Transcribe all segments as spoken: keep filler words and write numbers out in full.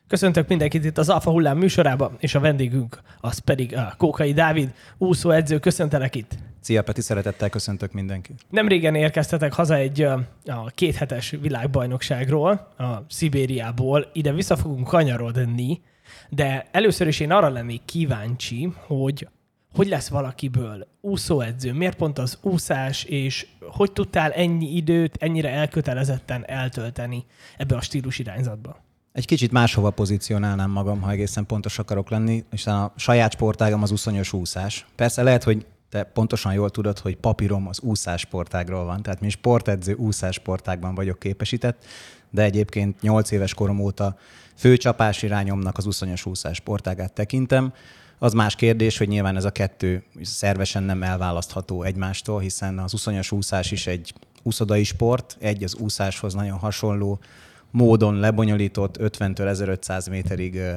Köszöntök mindenkit itt az Alfa Hullám műsorában, és a vendégünk az pedig a Kókai Dávid, úszóedző. Köszöntelek itt. Szia Peti, szeretettel köszöntök mindenkit. Nem régen érkeztetek haza egy a kéthetes világbajnokságról, a Szibériából. Ide vissza fogunk kanyarodni, de először is én arra lennék kíváncsi, hogy hogy lesz valakiből úszóedző, miért pont az úszás, és hogy tudtál ennyi időt ennyire elkötelezetten eltölteni ebbe a stílus irányzatba? Egy kicsit máshova pozícionálnám magam, ha egészen pontos akarok lenni, és a saját sportágam az úszonyos úszás. Persze lehet, hogy te pontosan jól tudod, hogy papírom az úszás sportágról van, tehát mi sportedző úszás sportágban vagyok képesített, de egyébként nyolc éves korom óta főcsapás irányomnak az úszonyos úszás sportágát tekintem. Az más kérdés, hogy nyilván ez a kettő szervesen nem elválasztható egymástól, hiszen az úszonyos úszás is egy úszodai sport, egy az úszáshoz nagyon hasonló módon lebonyolított ötventől ezerötszáz méterig ö,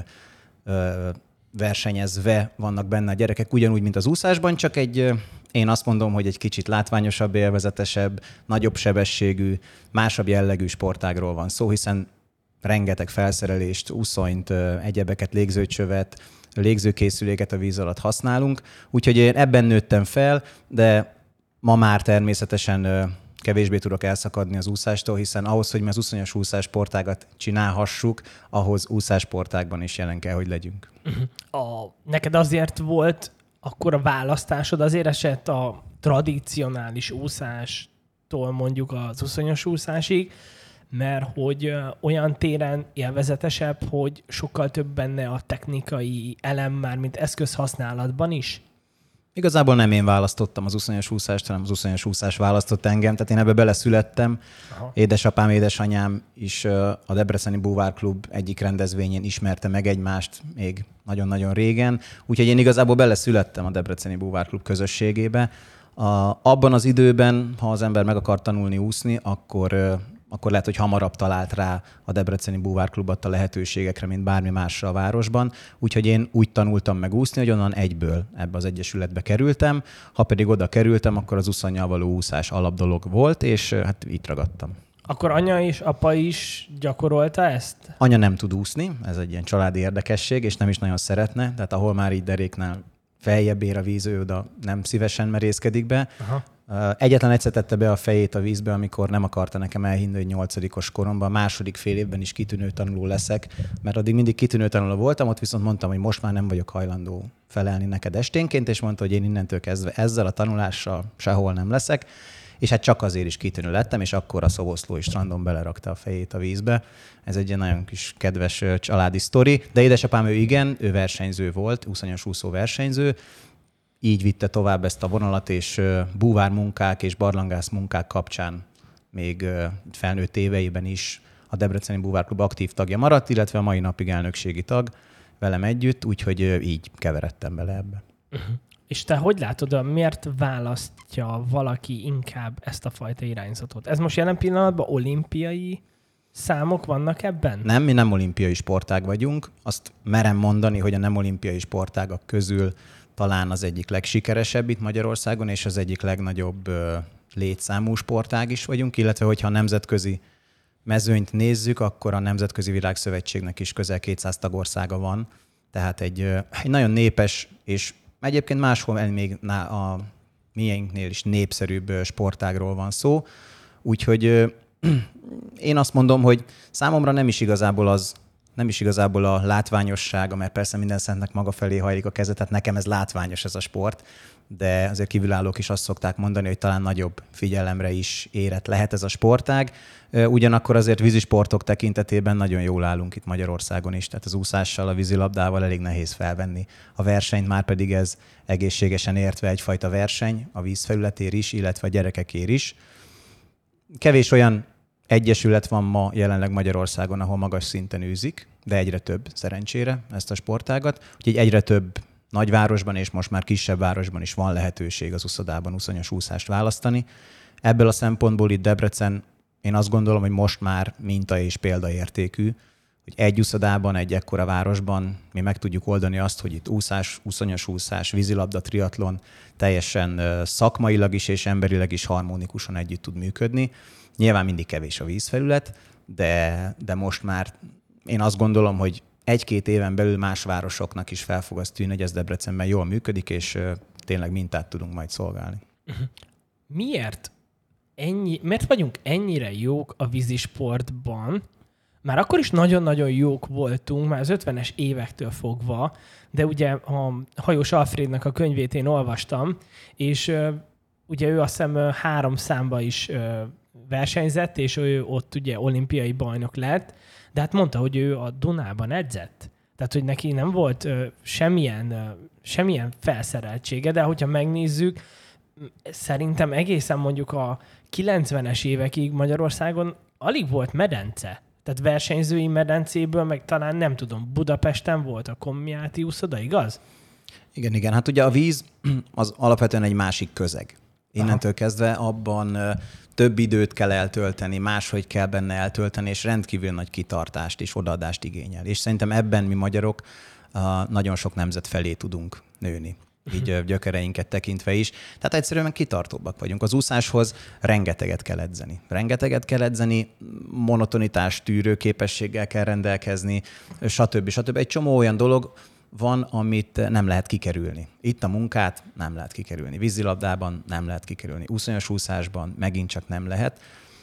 ö, versenyezve vannak benne a gyerekek, ugyanúgy, mint az úszásban, csak egy, ö, én azt mondom, hogy egy kicsit látványosabb, élvezetesebb, nagyobb sebességű, másabb jellegű sportágról van szó, hiszen rengeteg felszerelést, úszonyt, ö, egyebeket, légzőcsövet, légzőkészüléket a víz alatt használunk, úgyhogy én ebben nőttem fel, de ma már természetesen ö, kevésbé tudok elszakadni az úszástól, hiszen ahhoz, hogy mi az úszonyos úszássportágat csinálhassuk, ahhoz úszássportágban is jelen kell, hogy legyünk. A, neked azért volt akkor a választásod, azért esett a tradicionális úszástól mondjuk az úszonyos úszásig, mert hogy olyan téren élvezetesebb, hogy sokkal több benne a technikai elem már, mint eszközhasználatban is? Igazából nem én választottam az úszonyos úszást, hanem az úszonyos úszás választott engem, tehát én ebbe beleszülettem. Aha. Édesapám, édesanyám is a Debreceni Búvár Klub egyik rendezvényén ismerte meg egymást még nagyon-nagyon régen, úgyhogy én igazából beleszülettem a Debreceni Búvár Klub közösségébe. A, abban az időben, ha az ember meg akar tanulni úszni, akkor akkor lehet, hogy hamarabb talált rá a Debreceni Búvár Klub adta lehetőségekre, mint bármi másra a városban. Úgyhogy én úgy tanultam meg úszni, hogy onnan egyből ebbe az egyesületbe kerültem. Ha pedig oda kerültem, akkor az uszonnyal való úszás alapdolog volt, és hát itt ragadtam. Akkor anya és apa is gyakorolta ezt? Anya nem tud úszni, ez egy ilyen családi érdekesség, és nem is nagyon szeretne. Tehát ahol már így deréknál feljebb ér a víz, ő oda nem szívesen merészkedik be. Aha. Egyetlen egyszer tette be a fejét a vízbe, amikor nem akarta nekem elhinni, hogy nyolcadikos koromban, a második fél évben is kitűnő tanuló leszek, mert addig mindig kitűnő tanuló voltam, ott viszont mondtam, hogy most már nem vagyok hajlandó felelni neked esténként, és mondta, hogy én innentől kezdve ezzel a tanulással sehol nem leszek, és hát csak azért is kitűnő lettem, és akkor a Szoboszlói strandon belerakta a fejét a vízbe. Ez egy ilyen nagyon kis kedves családi sztori, de édesapám ő igen, ő versenyző volt, úszonyos úszó versenyző, így vitte tovább ezt a vonalat, és búvármunkák és barlangász munkák kapcsán még felnőtt éveiben is a Debreceni Búvár Klub aktív tagja maradt, illetve a mai napig elnökségi tag velem együtt, úgyhogy így keveredtem bele ebbe. Uh-huh. És te hogy látod, miért választja valaki inkább ezt a fajta irányzatot? Ez most jelen pillanatban olimpiai számok vannak ebben? Nem, mi nem olimpiai sportág vagyunk. Azt merem mondani, hogy a nem olimpiai sportágak közül talán az egyik legsikeresebb itt Magyarországon, és az egyik legnagyobb ö, létszámú sportág is vagyunk, illetve hogyha a nemzetközi mezőnyt nézzük, akkor a Nemzetközi Világszövetségnek is közel kétszáz tagországa van. Tehát egy, ö, egy nagyon népes, és egyébként máshol még a miénknél is népszerűbb sportágról van szó. Úgyhogy ö, én azt mondom, hogy számomra nem is igazából az, nem is igazából a látványossága, mert persze minden szentnek maga felé hajlik a kezet, tehát nekem ez látványos ez a sport, de azért kívülállók is azt szokták mondani, hogy talán nagyobb figyelemre is érett lehet ez a sportág. Ugyanakkor azért vízisportok tekintetében nagyon jól állunk itt Magyarországon is, tehát az úszással, a vízilabdával elég nehéz felvenni a versenyt, már pedig ez egészségesen értve egyfajta verseny a vízfelületér is, illetve a gyerekekér is. Kevés olyan egyesület van ma jelenleg Magyarországon, ahol magas szinten űzik, de egyre több szerencsére ezt a sportágat. Úgyhogy egyre több nagyvárosban és most már kisebb városban is van lehetőség az úszodában úszonyos úszást választani. Ebből a szempontból itt Debrecen, én azt gondolom, hogy most már minta és példaértékű, hogy egy úszodában, egy ekkora városban mi meg tudjuk oldani azt, hogy itt úszás, úszonyos úszás, vízilabda, triatlon teljesen szakmailag is és emberileg is harmonikusan együtt tud működni. Nyilván mindig kevés a vízfelület, de, de most már én azt gondolom, hogy egy-két éven belül más városoknak is fel fog az tűnni, hogy ez Debrecenben jól működik, és tényleg mintát tudunk majd szolgálni. Miért, ennyi, miért vagyunk ennyire jók a vízisportban? Már akkor is nagyon-nagyon jók voltunk, már az ötvenes évektől fogva, de ugye a Hajós Alfrédnek a könyvét én olvastam, és uh, ugye ő azt hiszem uh, három számba is uh, versenyzett, és ő ott ugye olimpiai bajnok lett, de hát mondta, hogy ő a Dunában edzett. Tehát, hogy neki nem volt uh, semmilyen, uh, semmilyen felszereltsége, de hogyha megnézzük, szerintem egészen mondjuk a kilencvenes évekig Magyarországon alig volt medence. Tehát versenyzői medencéből, meg talán nem tudom, Budapesten volt a Komjáti úszoda, igaz? Igen, igen. Hát ugye a víz az alapvetően egy másik közeg. Innentől Aha. kezdve abban több időt kell eltölteni, máshogy kell benne eltölteni, és rendkívül nagy kitartást és odaadást igényel. És szerintem ebben mi magyarok nagyon sok nemzet felé tudunk nőni. Így gyökereinket tekintve is. Tehát egyszerűen kitartóbbak vagyunk. Az úszáshoz rengeteget kell edzeni. Rengeteget kell edzeni, monotonitás, tűrő képességgel kell rendelkezni, stb. stb. Egy csomó olyan dolog van, amit nem lehet kikerülni. Itt a munkát nem lehet kikerülni. Vízilabdában nem lehet kikerülni. Úszonyos úszásban megint csak nem lehet.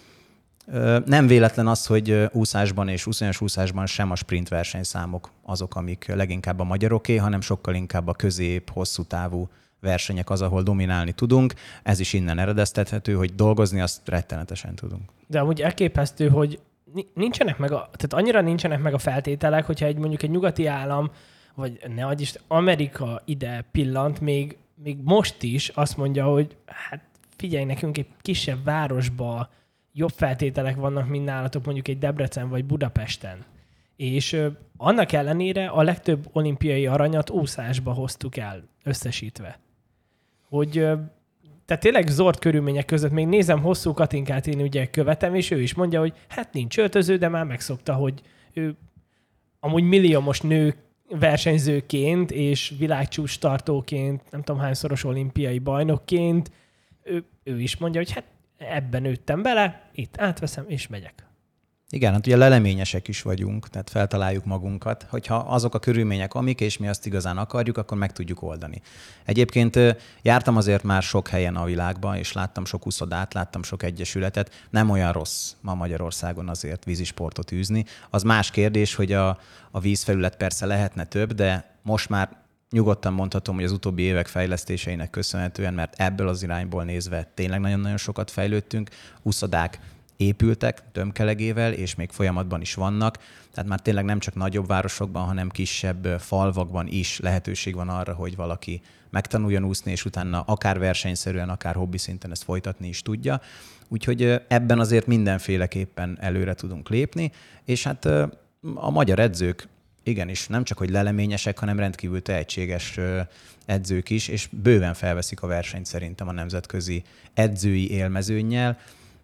Nem véletlen az, hogy úszásban és úszonyos úszásban sem a sprint versenyszámok azok, amik leginkább a magyaroké, hanem sokkal inkább a közép, hosszú távú versenyek az, ahol dominálni tudunk. Ez is innen eredeztethető, hogy dolgozni azt rettenetesen tudunk. De amúgy elképesztő, hogy nincsenek meg a, tehát annyira nincsenek meg a feltételek, hogyha egy mondjuk egy nyugati állam, vagy ne adj is, Amerika ide pillant, még, még most is azt mondja, hogy hát figyelj, nekünk egy kisebb városba jobb feltételek vannak, mint nálatok mondjuk egy Debrecen vagy Budapesten. És ö, annak ellenére a legtöbb olimpiai aranyat úszásba hoztuk el, összesítve. Hogy ö, tehát tényleg zord körülmények között, még nézem Hosszú Katinkát, én ugye követem, és ő is mondja, hogy hát nincs öltöző, de már megszokta, hogy ő amúgy milliómos nő versenyzőként és világcsúcs tartóként, nem tudom hányszoros olimpiai bajnokként, ő, ő is mondja, hogy hát ebben nőttem bele, itt átveszem, és megyek. Igen, hát ugye leleményesek is vagyunk, tehát feltaláljuk magunkat, hogyha azok a körülmények, amik, és mi azt igazán akarjuk, akkor meg tudjuk oldani. Egyébként jártam azért már sok helyen a világban, és láttam sok úszodát, láttam sok egyesületet. Nem olyan rossz ma Magyarországon azért vízisportot űzni. Az más kérdés, hogy a, a vízfelület persze lehetne több, de most már nyugodtan mondhatom, hogy az utóbbi évek fejlesztéseinek köszönhetően, mert ebből az irányból nézve tényleg nagyon-nagyon sokat fejlődtünk. Úszodák épültek tömkelegével, és még folyamatban is vannak. Tehát már tényleg nem csak nagyobb városokban, hanem kisebb falvakban is lehetőség van arra, hogy valaki megtanuljon úszni, és utána akár versenyszerűen, akár hobbi szinten ezt folytatni is tudja. Úgyhogy ebben azért mindenféleképpen előre tudunk lépni, és hát a magyar edzők igenis nem csak, hogy leleményesek, hanem rendkívül tehetséges edzők is, és bőven felveszik a versenyt szerintem a nemzetközi edzői élmezőnnyel.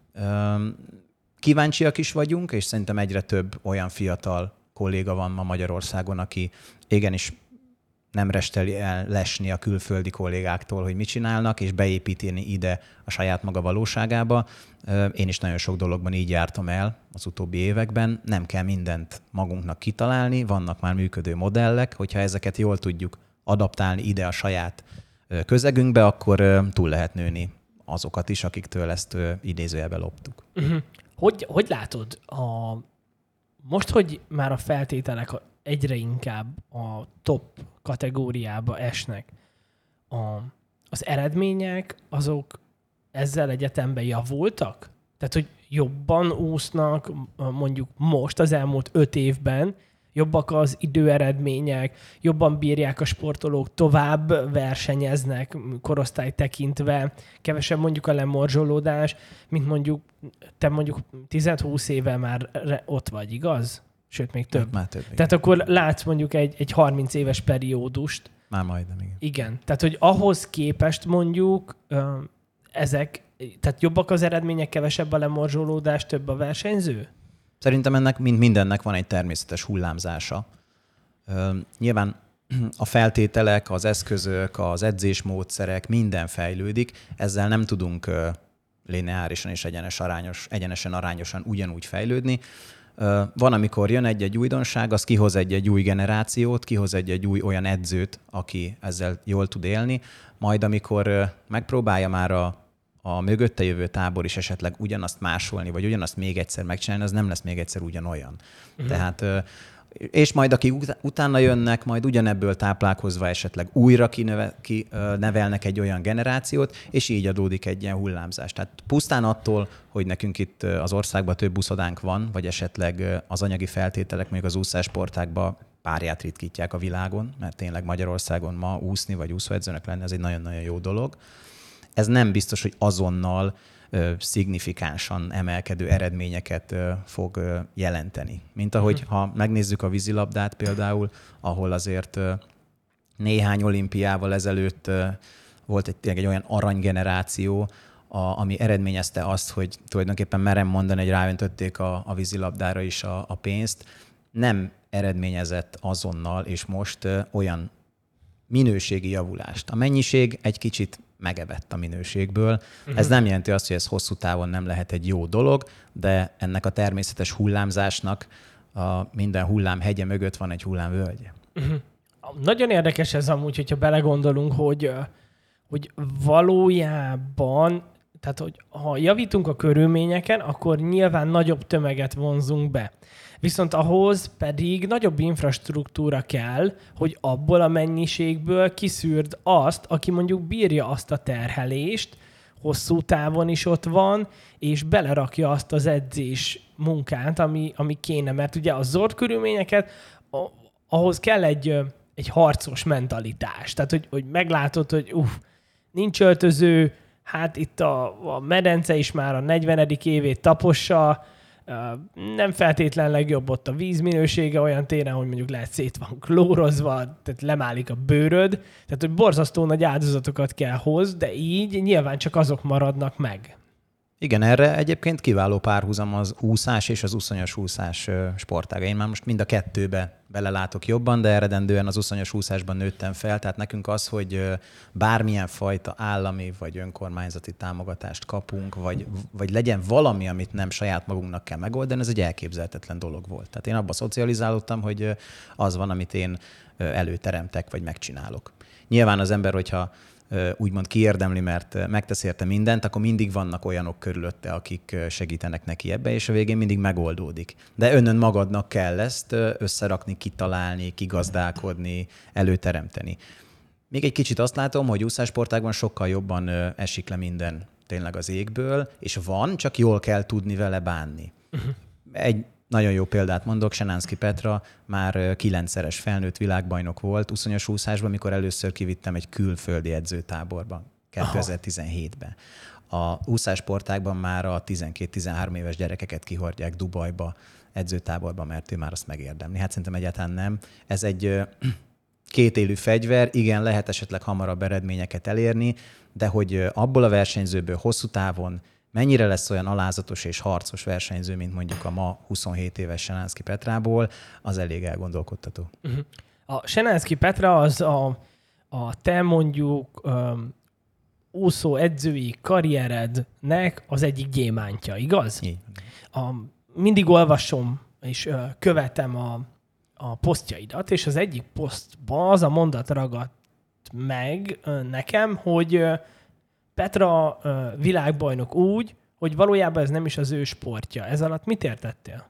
Kíváncsiak is vagyunk, és szerintem egyre több olyan fiatal kolléga van ma Magyarországon, aki igenis nem resteli el lesni a külföldi kollégáktól, hogy mit csinálnak, és beépíteni ide a saját maga valóságába. Én is nagyon sok dologban így jártam el az utóbbi években. Nem kell mindent magunknak kitalálni, vannak már működő modellek, hogyha ezeket jól tudjuk adaptálni ide a saját közegünkbe, akkor túl lehet nőni azokat is, akiktől ezt idézőjelben loptuk. Uh-huh. Hogy, hogy látod, a, most, hogy már a feltételek egyre inkább a top kategóriába esnek, a, az eredmények azok ezzel egyetemben javultak? Tehát, hogy jobban úsznak mondjuk most az elmúlt öt évben, jobbak az időeredmények, jobban bírják a sportolók, tovább versenyeznek korosztály tekintve, kevesebb mondjuk a lemorzsolódás, mint mondjuk te mondjuk tíz-húsz éve már ott vagy, igaz? Sőt, még több. Már több. Tehát akkor látsz mondjuk egy, egy harminc éves periódust. Már majdnem, igen. Igen. Tehát, hogy ahhoz képest mondjuk ezek, tehát jobbak az eredmények, kevesebb a lemorzsolódás, több a versenyző? Szerintem ennek, mint mindennek van egy természetes hullámzása. Nyilván a feltételek, az eszközök, az edzésmódszerek, minden fejlődik. Ezzel nem tudunk lineárisan és egyenes arányos, egyenesen arányosan ugyanúgy fejlődni. Van, amikor jön egy-egy újdonság, az kihoz egy-egy új generációt, kihoz egy-egy új olyan edzőt, aki ezzel jól tud élni, majd amikor megpróbálja már a, a mögötte jövő tábor is esetleg ugyanazt másolni, vagy ugyanazt még egyszer megcsinálni, az nem lesz még egyszer ugyanolyan. Uh-huh. Tehát, és majd akik utána jönnek, majd ugyanebből táplálkozva esetleg újra kineve, kinevelnek egy olyan generációt, és így adódik egy ilyen hullámzás. Tehát pusztán attól, hogy nekünk itt az országban több úszodánk van, vagy esetleg az anyagi feltételek még az úszássportákban párját ritkítják a világon, mert tényleg Magyarországon ma úszni, vagy úszóedzőnek lenni, ez egy nagyon-nagyon jó dolog. Ez nem biztos, hogy azonnal szignifikánsan emelkedő eredményeket fog jelenteni. Mint ahogy, ha megnézzük a vízilabdát például, ahol azért néhány olimpiával ezelőtt volt egy, egy olyan aranygeneráció, a, ami eredményezte azt, hogy tulajdonképpen merem mondani, hogy ráöntötték a, a vízilabdára is a, a pénzt. Nem eredményezett azonnal és most olyan minőségi javulást. A mennyiség egy kicsit megebett a minőségből. Uh-huh. Ez nem jelenti azt, hogy ez hosszú távon nem lehet egy jó dolog, de ennek a természetes hullámzásnak a minden hullám hegye mögött van egy hullámvölgye. Uh-huh. Nagyon érdekes ez amúgy, hogyha belegondolunk, hogy, hogy valójában, tehát hogy ha javítunk a körülményeken, akkor nyilván nagyobb tömeget vonzunk be. Viszont ahhoz pedig nagyobb infrastruktúra kell, hogy abból a mennyiségből kiszűrd azt, aki mondjuk bírja azt a terhelést, hosszú távon is ott van, és belerakja azt az edzés munkát, ami, ami kéne. Mert ugye a zord körülményeket, ahhoz kell egy, egy harcos mentalitás. Tehát, hogy, hogy meglátod, hogy uff, nincs öltöző, hát itt a, a medence is már a negyvenedik évét tapossa, nem feltétlen legjobb ott a vízminősége olyan téren, hogy mondjuk lehet szét van klórozva, tehát lemálik a bőröd. Tehát, hogy borzasztó nagy áldozatokat kell hozni, de így nyilván csak azok maradnak meg. Igen, erre egyébként kiváló párhuzam az úszás és az uszonyos úszás sportága. Én már most mind a kettőbe belelátok jobban, de eredendően az uszonyos úszásban nőttem fel, tehát nekünk az, hogy bármilyen fajta állami vagy önkormányzati támogatást kapunk, vagy, vagy legyen valami, amit nem saját magunknak kell megoldani, ez egy elképzelhetetlen dolog volt. Tehát én abba szocializálódtam, hogy az van, amit én előteremtek, vagy megcsinálok. Nyilván az ember, hogyha úgymond kiérdemli, mert megtesz érte mindent, akkor mindig vannak olyanok körülötte, akik segítenek neki ebbe, és a végén mindig megoldódik. De önnön magadnak kell ezt összerakni, kitalálni, kigazdálkodni, előteremteni. Még egy kicsit azt látom, hogy úszássportágban sokkal jobban esik le minden tényleg az égből, és van, csak jól kell tudni vele bánni. Uh-huh. Egy nagyon jó példát mondok, Senánszky Petra már kilencszeres felnőtt világbajnok volt uszonyos úszásban, mikor először kivittem egy külföldi edzőtáborban, kétezer-tizenhétben. A úszássportágban már a tizenkét-tizenhárom éves gyerekeket kihordják Dubajba edzőtáborba, mert ő már azt megérdemli. Hát szerintem egyáltalán nem. Ez egy kétélű fegyver, igen, lehet esetleg hamarabb eredményeket elérni, de hogy abból a versenyzőből hosszú távon mennyire lesz olyan alázatos és harcos versenyző, mint mondjuk a ma huszonhét éves Senánszky Petrából, az elég elgondolkodtató. Uh-huh. A Senánszky Petra az a, a te mondjuk um, úszó edzői karrierednek az egyik gyémántja, igaz? Így. A, mindig olvasom és uh, követem a, a posztjaidat, és az egyik posztban az a mondat ragadt meg uh, nekem, hogy uh, Petra uh, világbajnok úgy, hogy valójában ez nem is az ő sportja. Ez alatt mit értettél?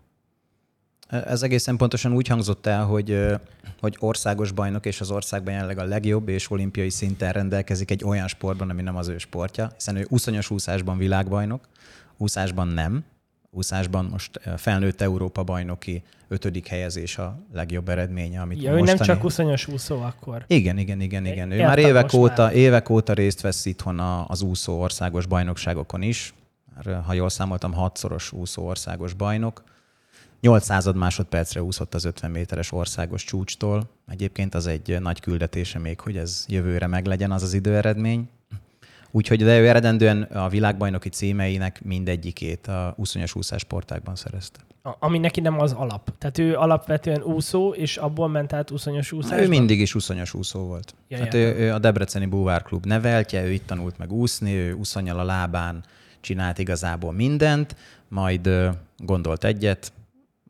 Ez egészen pontosan úgy hangzott el, hogy, hogy országos bajnok, és az országban jelenleg a legjobb, és olimpiai szinten rendelkezik egy olyan sportban, ami nem az ő sportja, hiszen ő uszonyos úszásban világbajnok, úszásban nem. Úszásban most felnőtt Európa bajnoki ötödik helyezés a legjobb eredménye, amit ja, ő mostani... nem csak uszonyos úszó akkor. Igen, igen, igen, igen. Ő már évek óta, évek óta részt vesz itthon az úszó országos bajnokságokon is. Már, ha jól számoltam, hatszoros úszó országos bajnok. nyolcszázad másodpercre úszott az ötven méteres országos csúcstól. Egyébként az egy nagy küldetése még, hogy ez jövőre meglegyen az az időeredmény. Úgyhogy de ő eredendően a világbajnoki címeinek mindegyikét a uszonyos úszás sportágban szerezte. Ami neki nem az alap. Tehát ő alapvetően úszó, és abból ment át uszonyos úszásba? Ő mindig is uszonyos úszó volt. Ja, hát ő, ő a Debreceni Búvár Klub neveltje, ő itt tanult meg úszni, ő úszonnyal a lábán csinált igazából mindent, majd gondolt egyet,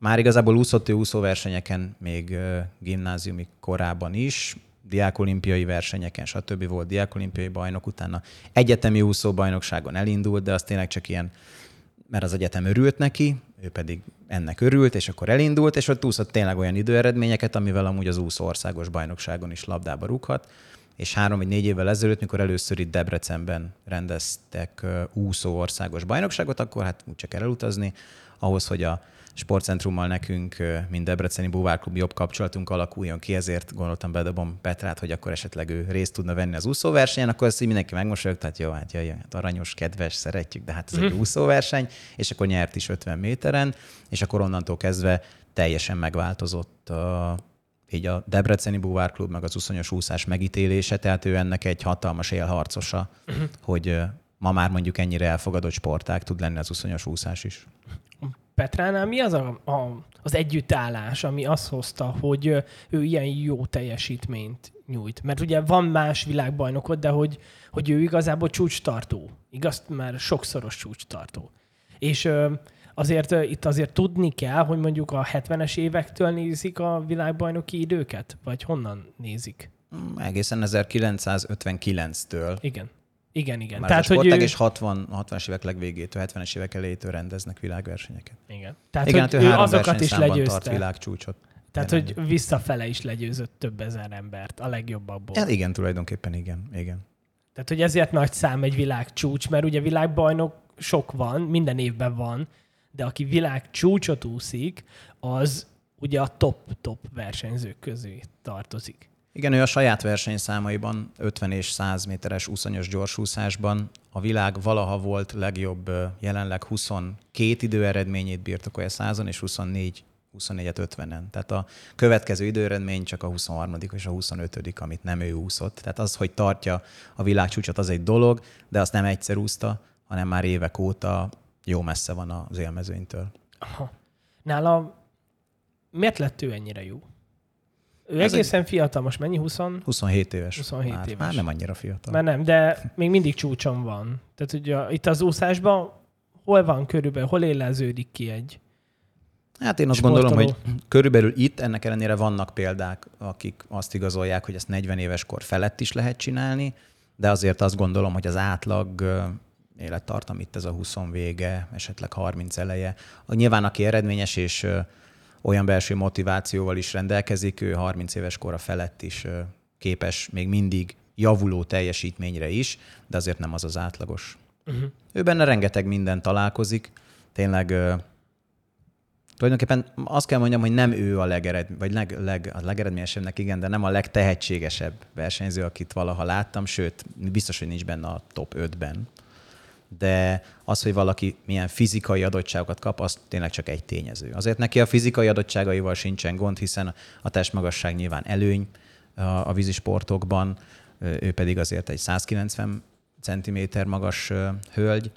már igazából úszott ő úszóversenyeken még gimnáziumi korában is, diákolimpiai versenyeken, stb. Volt diákolimpiai bajnok, utána egyetemi úszóbajnokságon elindult, de az tényleg csak ilyen, mert az egyetem örült neki, ő pedig ennek örült, és akkor elindult, és ott úszott tényleg olyan időeredményeket, amivel amúgy az úszó országos bajnokságon is labdába rúghat. És három vagy négy évvel ezelőtt, mikor először itt Debrecenben rendeztek úszó országos bajnokságot, akkor hát úgy csak kell elutazni, ahhoz, hogy a sportcentrummal nekünk, mint Debreceni Búvárklub jobb kapcsolatunk alakuljon ki, ezért gondoltam bedobom Petrát, hogy akkor esetleg ő részt tudna venni az úszóversenyen, akkor ezt így mindenki megmosolyog, tehát jó, hát jaj, hát aranyos, kedves, szeretjük, de hát ez egy úszóverseny, és akkor nyert is ötven méteren, és akkor onnantól kezdve teljesen megváltozott a, így a Debreceni Búvárklub, meg az uszonyos úszás megítélése, tehát ő ennek egy hatalmas élharcosa, uh-huh. hogy ma már mondjuk ennyire elfogadott sportág tud lenni az uszonyos úszás is. Petránál mi az a, a, az együttállás, ami azt hozta, hogy ő ilyen jó teljesítményt nyújt? Mert ugye van más világbajnokod, de hogy, hogy ő igazából csúcstartó. Igaz? Már sokszoros csúcstartó. És azért itt azért tudni kell, hogy mondjuk a hetvenes évektől nézik a világbajnoki időket? Vagy honnan nézik? Egészen ezerkilencszázötvenkilenctől. Igen. Igen, igen. Már tehát, a sportág ő... és hatvan, hatvanas évek legvégétől, hetvenes évek elejétől rendeznek világversenyeket. Igen. Tehát, igen, hogy hát ő, ő azokat is legyőzte. Tart világcsúcsot. Tehát, jelenleg. Hogy visszafele is legyőzött több ezer embert, a legjobbakból. Ja, igen, tulajdonképpen igen, igen. Tehát, hogy ezért nagy szám egy világcsúcs, mert ugye világbajnok sok van, minden évben van, de aki világcsúcsot úszik, az ugye a top-top versenyzők közé tartozik. Igen, ő a saját versenyszámaiban, ötven és száz méteres úszonyos gyorsúszásban a világ valaha volt legjobb, jelenleg huszonkét időeredményét birtokolja százon, és huszonnégy, huszonnégyet ötvenen. Tehát a következő időeredmény csak a huszonharmadik és a huszonötödik, amit nem ő úszott. Tehát az, hogy tartja a világcsúcsot, az egy dolog, de azt nem egyszer úszta, hanem már évek óta jó messze van az élmezőnytől. Aha. Nála miért lett ő ennyire jó? Ő ez egészen egy... fiatal, most mennyi? húsz... huszonhét éves. huszonhét már, éves. Már nem annyira fiatal. Már nem, de még mindig csúcson van. Tehát ugye itt az úszásban hol van körülbelül, hol éleződik ki egy Hát én azt sportoló? Gondolom, hogy körülbelül itt ennek ellenére vannak példák, akik azt igazolják, hogy ezt negyven éves kor felett is lehet csinálni, de azért azt gondolom, hogy az átlag élettartam itt ez a húsz vége, esetleg harminc eleje. Nyilván aki eredményes és olyan belső motivációval is rendelkezik, ő harminc éves kora felett is képes még mindig javuló teljesítményre is, de azért nem az az átlagos. Uh-huh. Ő benne rengeteg minden találkozik. Tényleg tulajdonképpen azt kell mondjam, hogy nem ő a legeredmény, vagy leg, leg, a legeredményesebbnek, igen, de nem a legtehetségesebb versenyző, akit valaha láttam, sőt, biztos, hogy nincs benne a top ötben. De az, hogy valaki milyen fizikai adottságokat kap, az tényleg csak egy tényező. Azért neki a fizikai adottságaival sincsen gond, hiszen a testmagasság nyilván előny a vízisportokban, ő pedig azért egy százkilencven centiméter magas hölgy.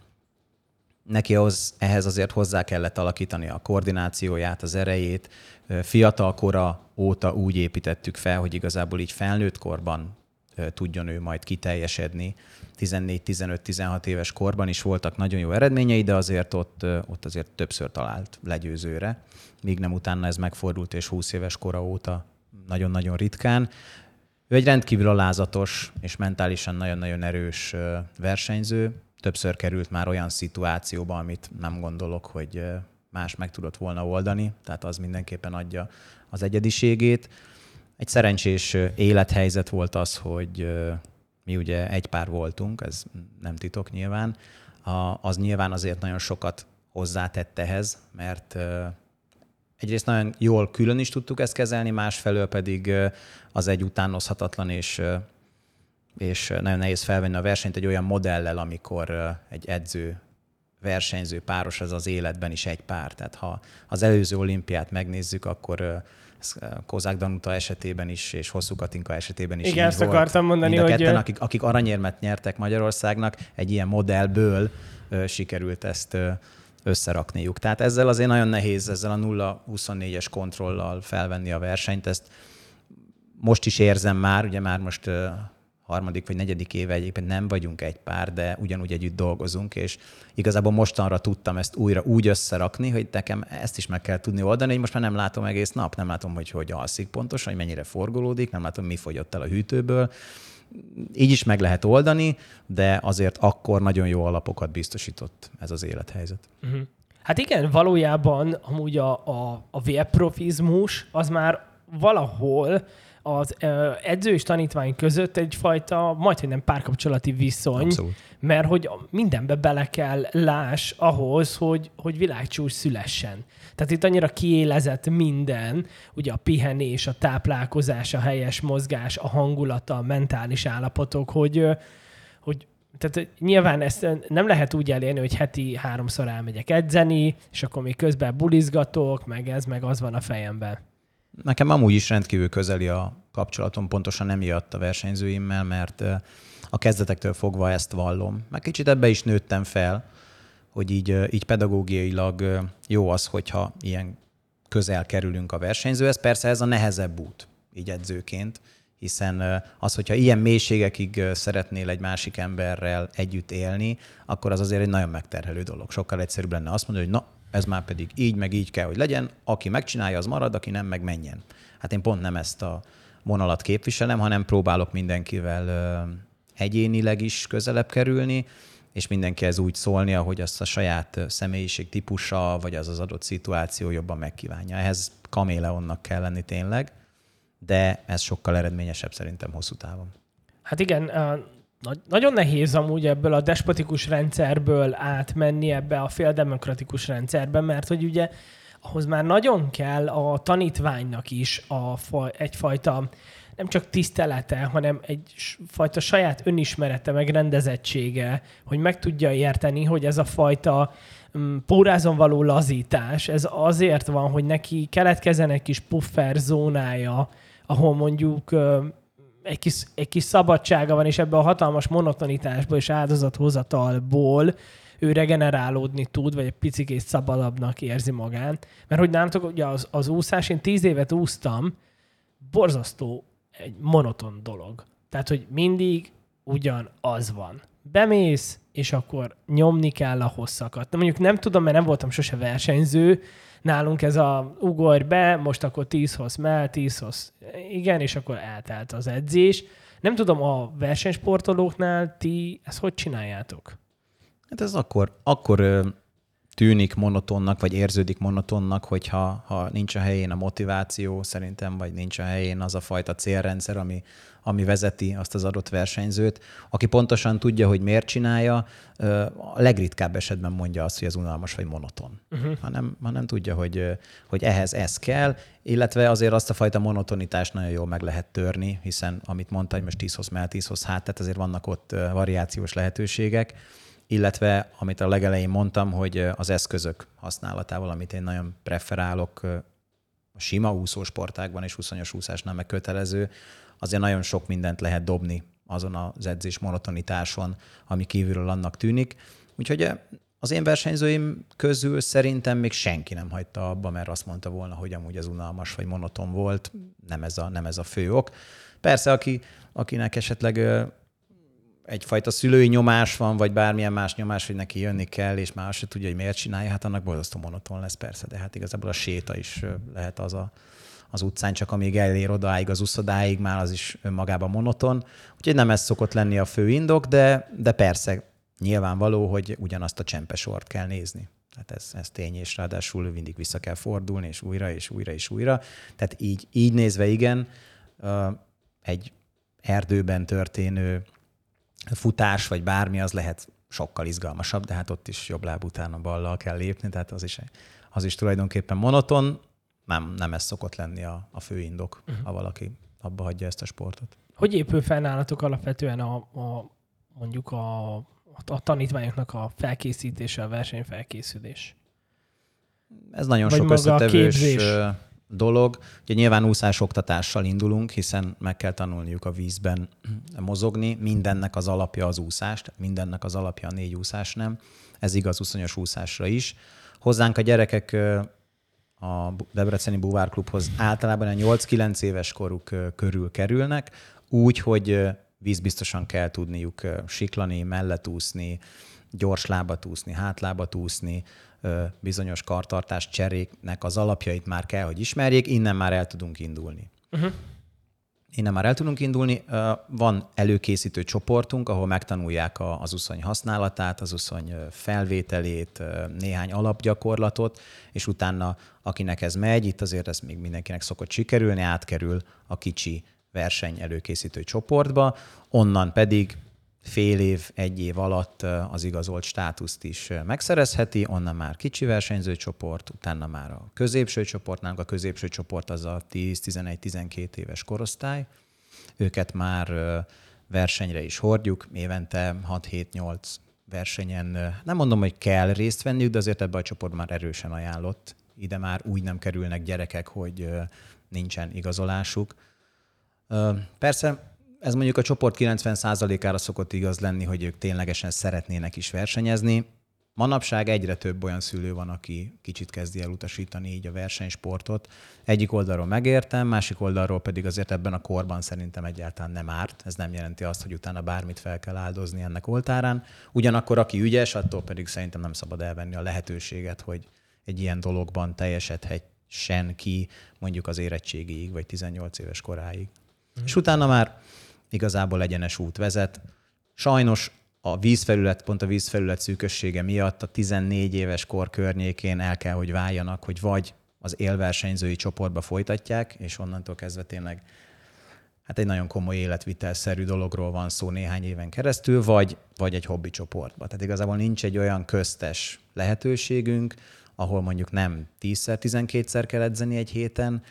Neki ahhoz, ehhez azért hozzá kellett alakítani a koordinációját, az erejét. Fiatal kora óta úgy építettük fel, hogy igazából így felnőtt korban tudjon ő majd kiteljesedni. tizennégy, tizenöt, tizenhat éves korban is voltak nagyon jó eredményei, de azért ott, ott azért többször talált legyőzőre, míg nem utána ez megfordult, és húsz éves kora óta nagyon-nagyon ritkán. Ő egy rendkívül alázatos és mentálisan nagyon-nagyon erős versenyző. Többször került már olyan szituációba, amit nem gondolok, hogy más meg tudott volna oldani, tehát az mindenképpen adja az egyediségét. Egy szerencsés élethelyzet volt az, hogy mi ugye egy pár voltunk, ez nem titok nyilván, az nyilván azért nagyon sokat hozzátett ehhez, mert egyrészt nagyon jól külön is tudtuk ezt kezelni, másfelől pedig az egy utánozhatatlan és, és nagyon nehéz felvenni a versenyt egy olyan modellel, amikor egy edző, versenyző páros az az életben is egy pár. Tehát ha az előző olimpiát megnézzük, akkor Kozák Danuta esetében is, és Hosszú Katinka esetében is igen, így ezt volt. akartam mondani, mind a hogy... ketten, akik, akik aranyérmet nyertek Magyarországnak, egy ilyen modellből ö, sikerült ezt ö, összerakniuk. Tehát ezzel azért nagyon nehéz, ezzel a nulla huszonnégyes kontrollal felvenni a versenyt. Ezt most is érzem már, ugye már most ö, harmadik vagy negyedik éve egyébként nem vagyunk egy pár, de ugyanúgy együtt dolgozunk, és igazából mostanra tudtam ezt újra úgy összerakni, hogy nekem ezt is meg kell tudni oldani, hogy most már nem látom egész nap, nem látom, hogy hogy alszik pontosan, hogy mennyire forgolódik, nem látom, mi fogyott el a hűtőből. Így is meg lehet oldani, de azért akkor nagyon jó alapokat biztosított ez az élethelyzet. Uh-huh. Hát igen, valójában amúgy a, a, a vérprofizmus az már valahol az ö, edző és tanítvány között egyfajta majdhogy nem párkapcsolati viszony, Abszolút. Mert hogy mindenbe bele kell láss ahhoz, hogy, hogy világcsúcs szülessen. Tehát itt annyira kiélezett minden, ugye a pihenés, a táplálkozás, a helyes mozgás, a hangulata, a mentális állapotok, hogy, hogy tehát nyilván ezt nem lehet úgy elérni, hogy heti háromszor elmegyek edzeni, és akkor még közben bulizgatok, meg ez, meg az van a fejemben. Nekem amúgy is rendkívül közeli a kapcsolatom, pontosan emiatt a versenyzőimmel, mert a kezdetektől fogva ezt vallom. Meg kicsit ebbe is nőttem fel, hogy így, így pedagógiailag jó az, hogyha ilyen közel kerülünk a versenyzőhez. Persze ez a nehezebb út, így edzőként, hiszen az, hogyha ilyen mélységekig szeretnél egy másik emberrel együtt élni, akkor az azért egy nagyon megterhelő dolog. Sokkal egyszerűbb lenne azt mondani, hogy na, ez már pedig így, meg így kell, hogy legyen. Aki megcsinálja, az marad, aki nem, meg menjen. Hát én pont nem ezt a vonalat képviselem, hanem próbálok mindenkivel egyénileg is közelebb kerülni, és mindenkihez úgy szólni, ahogy azt a saját személyiség típusa, vagy az az adott szituáció jobban megkívánja. Ehhez kaméleonnak kell lenni tényleg, de ez sokkal eredményesebb szerintem hosszú távon. Hát igen, nagyon nehéz amúgy ebből a despotikus rendszerből átmenni ebbe a féldemokratikus rendszerbe, mert hogy ugye ahhoz már nagyon kell a tanítványnak is a fa, egyfajta nem csak tisztelete, hanem egyfajta saját önismerete, meg rendezettsége, hogy meg tudja érteni, hogy ez a fajta pórázon való lazítás, ez azért van, hogy neki keletkezzen egy kis puffer zónája, ahol mondjuk egy kis, egy kis szabadsága van, és ebből a hatalmas monotonitásból és áldozathozatalból ő regenerálódni tud, vagy egy picikét szabadabbnak érzi magán. Mert hogy nálatok ugye az, az úszás, én tíz évet úsztam, borzasztó egy monoton dolog. Tehát, hogy mindig ugyanaz van. Bemész, és akkor nyomni kell a hosszakat. De mondjuk nem tudom, mert nem voltam sose versenyző, nálunk ez a ugorj be, most akkor tíz hossz mell, tíz hossz igen, és akkor eltelt az edzés. Nem tudom, a versenysportolóknál ti ezt hogy csináljátok? Hát ez akkor, akkor tűnik monotonnak, vagy érződik monotonnak, hogyha ha nincs a helyén a motiváció szerintem, vagy nincs a helyén az a fajta célrendszer, ami, ami vezeti azt az adott versenyzőt. Aki pontosan tudja, hogy miért csinálja, a legritkább esetben mondja azt, hogy ez unalmas vagy monoton. Uh-huh. Hanem, hanem tudja, hogy, hogy ehhez ez kell, illetve azért azt a fajta monotonitást nagyon jól meg lehet törni, hiszen amit mondta, hogy most tíz hossz mell, tíz hossz hát, tehát azért vannak ott variációs lehetőségek, illetve amit a legelején mondtam, hogy az eszközök használatával, amit én nagyon preferálok a sima úszósportákban és huszonyos úszásnál meg kötelező, azért nagyon sok mindent lehet dobni azon az edzés monotonitáson, ami kívülről annak tűnik. Úgyhogy az én versenyzőim közül szerintem még senki nem hagyta abba, mert azt mondta volna, hogy amúgy az unalmas vagy monoton volt, nem ez a, nem ez a fő ok. Persze, aki, akinek esetleg egyfajta szülői nyomás van, vagy bármilyen más nyomás, hogy neki jönni kell, és már azt se tudja, hogy miért csinálja, hát annak borzasztó monoton lesz persze, de hát igazából a séta is lehet az a, az utcán, csak amíg elér odaáig, az uszodáig, már az is önmagában monoton. Úgyhogy nem ez szokott lenni a fő indok, de, de persze nyilvánvaló, hogy ugyanazt a csempesort kell nézni. Tehát ez, ez tény, és ráadásul mindig vissza kell fordulni, és újra, és újra, és újra. Tehát így, így nézve igen, egy erdőben történő futás, vagy bármi, az lehet sokkal izgalmasabb, de hát ott is jobb láb után a ballal kell lépni, tehát az is, az is tulajdonképpen monoton. Nem, nem ez szokott lenni a, a fő indok, uh-huh. ha valaki abba hagyja ezt a sportot. Hogy épül fel nálatok alapvetően a, a mondjuk a, a tanítványoknak a felkészítése, a versenyfelkészülés? Ez nagyon vagy sok összetevős képzés? dolog. Ugye nyilván úszásoktatással indulunk, hiszen meg kell tanulniuk a vízben mozogni. Mindennek az alapja az úszás, tehát mindennek az alapja a négy úszás nem. Ez igaz uszonyos úszásra is. Hozzánk a gyerekek a Debreceni Búvárklubhoz általában a nyolc-kilenc éves koruk körül kerülnek, úgy, hogy vízbiztosan kell tudniuk siklani, mellett úszni, gyors lábat úszni, hátlábat úszni, bizonyos kartartás cseréknek az alapjait már kell, hogy ismerjék, innen már el tudunk indulni. Uh-huh. Innen már el tudunk indulni. Van előkészítő csoportunk, ahol megtanulják az uszony használatát, az uszony felvételét, néhány alapgyakorlatot, és utána, akinek ez megy, itt azért ez még mindenkinek szokott sikerülni, átkerül a kicsi verseny előkészítő csoportba, onnan pedig fél év, egy év alatt az igazolt státuszt is megszerezheti, onnan már kicsi versenyző csoport, utána már a középső csoport, nálunk a középső csoport az a tíz, tizenegy, tizenkét éves korosztály. Őket már versenyre is hordjuk, évente hat hét nyolc versenyen. Nem mondom, hogy kell részt venniük, de azért ebben a csoportban már erősen ajánlott. Ide már úgy nem kerülnek gyerekek, hogy nincsen igazolásuk. Persze, ez mondjuk a csoport kilencven százalékára szokott igaz lenni, hogy ők ténylegesen szeretnének is versenyezni. Manapság egyre több olyan szülő van, aki kicsit kezdi elutasítani így a versenysportot. Egyik oldalról megértem, másik oldalról pedig azért ebben a korban szerintem egyáltalán nem árt. Ez nem jelenti azt, hogy utána bármit fel kell áldozni ennek oltárán. Ugyanakkor aki ügyes, attól pedig szerintem nem szabad elvenni a lehetőséget, hogy egy ilyen dologban teljesedhessen ki mondjuk az érettségig, vagy tizennyolc éves koráig. Mm. És utána már igazából egyenes út vezet. Sajnos a vízfelület, pont a vízfelület szűkössége miatt a tizennégy éves kor környékén el kell, hogy váljanak, hogy vagy az élversenyzői csoportba folytatják, és onnantól kezdve tényleg hát egy nagyon komoly életvitelszerű dologról van szó néhány éven keresztül, vagy, vagy egy hobbi csoportba. Tehát igazából nincs egy olyan köztes lehetőségünk, ahol mondjuk nem tízszer, tizenkétszer kell edzeni egy héten,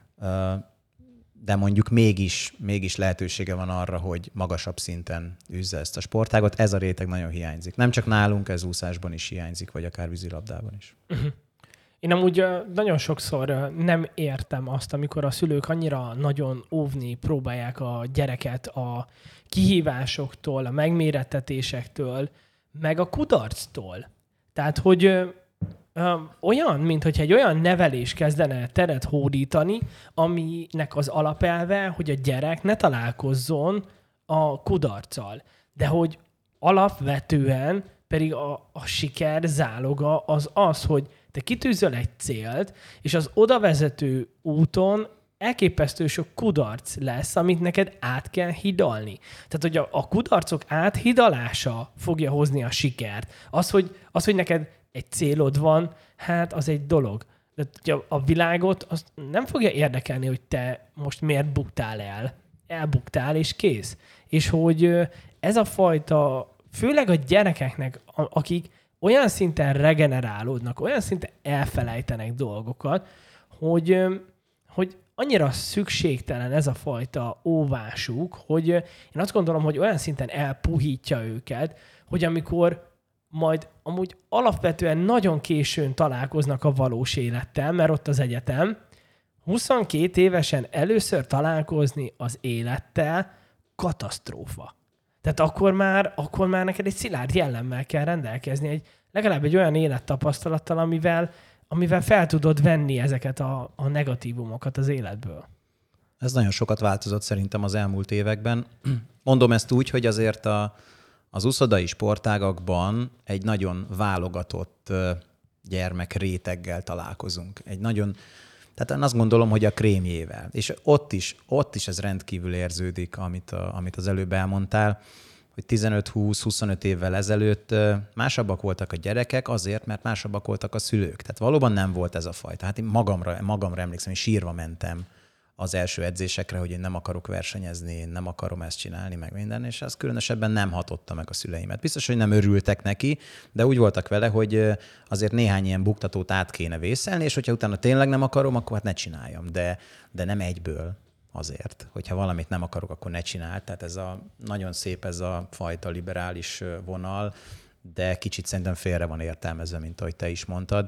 de mondjuk mégis, mégis lehetősége van arra, hogy magasabb szinten űzze ezt a sportágot. Ez a réteg nagyon hiányzik. Nem csak nálunk, ez úszásban is hiányzik, vagy akár vízilabdában is. Uh-huh. Én amúgy nagyon sokszor nem értem azt, amikor a szülők annyira nagyon óvni próbálják a gyereket a kihívásoktól, a megmérettetésektől, meg a kudarctól. Tehát, hogy ö, olyan, mintha egy olyan nevelés kezdene teret hódítani, aminek az alapelve, hogy a gyerek ne találkozzon a kudarccal. De hogy alapvetően pedig a, a siker záloga az az, hogy te kitűzöl egy célt, és az odavezető úton elképesztő sok kudarc lesz, amit neked át kell hidalni. Tehát, hogy a, a kudarcok áthidalása fogja hozni a sikert. Az, hogy, az, hogy neked egy célod van, hát az egy dolog. De a, a világot azt nem fogja érdekelni, hogy te most miért buktál el. Elbuktál, és kész. És hogy ez a fajta, főleg a gyerekeknek, akik olyan szinten regenerálódnak, olyan szinten elfelejtenek dolgokat, hogy, hogy annyira szükségtelen ez a fajta óvásuk, hogy én azt gondolom, hogy olyan szinten elpuhítja őket, hogy amikor majd amúgy alapvetően nagyon későn találkoznak a valós élettel, mert ott az egyetem, huszonkét évesen először találkozni az élettel katasztrófa. Tehát akkor már, akkor már neked egy szilárd jellemmel kell rendelkezni, egy, legalább egy olyan élettapasztalattal, amivel, amivel fel tudod venni ezeket a, a negatívumokat az életből. Ez nagyon sokat változott szerintem az elmúlt években. Mondom ezt úgy, hogy azért a, az uszodai sportágakban egy nagyon válogatott gyermekréteggel találkozunk. Egy nagyon, tehát én azt gondolom, hogy a krémjével. És ott is, ott is ez rendkívül érződik, amit, a, amit az előbb elmondtál, hogy tizenöt-húsz-huszonöt évvel ezelőtt másabbak voltak a gyerekek azért, mert másabbak voltak a szülők. Tehát valóban nem volt ez a fajta. Hát én magamra, magamra emlékszem, én sírva mentem az első edzésekre, hogy én nem akarok versenyezni, én nem akarom ezt csinálni, meg minden, és ez különösebben nem hatotta meg a szüleimet. Biztos, hogy nem örültek neki, de úgy voltak vele, hogy azért néhány ilyen buktatót át kéne vészelni, és hogyha utána tényleg nem akarom, akkor hát ne csináljam, de, de nem egyből azért. Hogyha valamit nem akarok, akkor ne csináld. Tehát ez a nagyon szép ez a fajta liberális vonal, de kicsit szerintem félre van értelmezve, mint ahogy te is mondtad.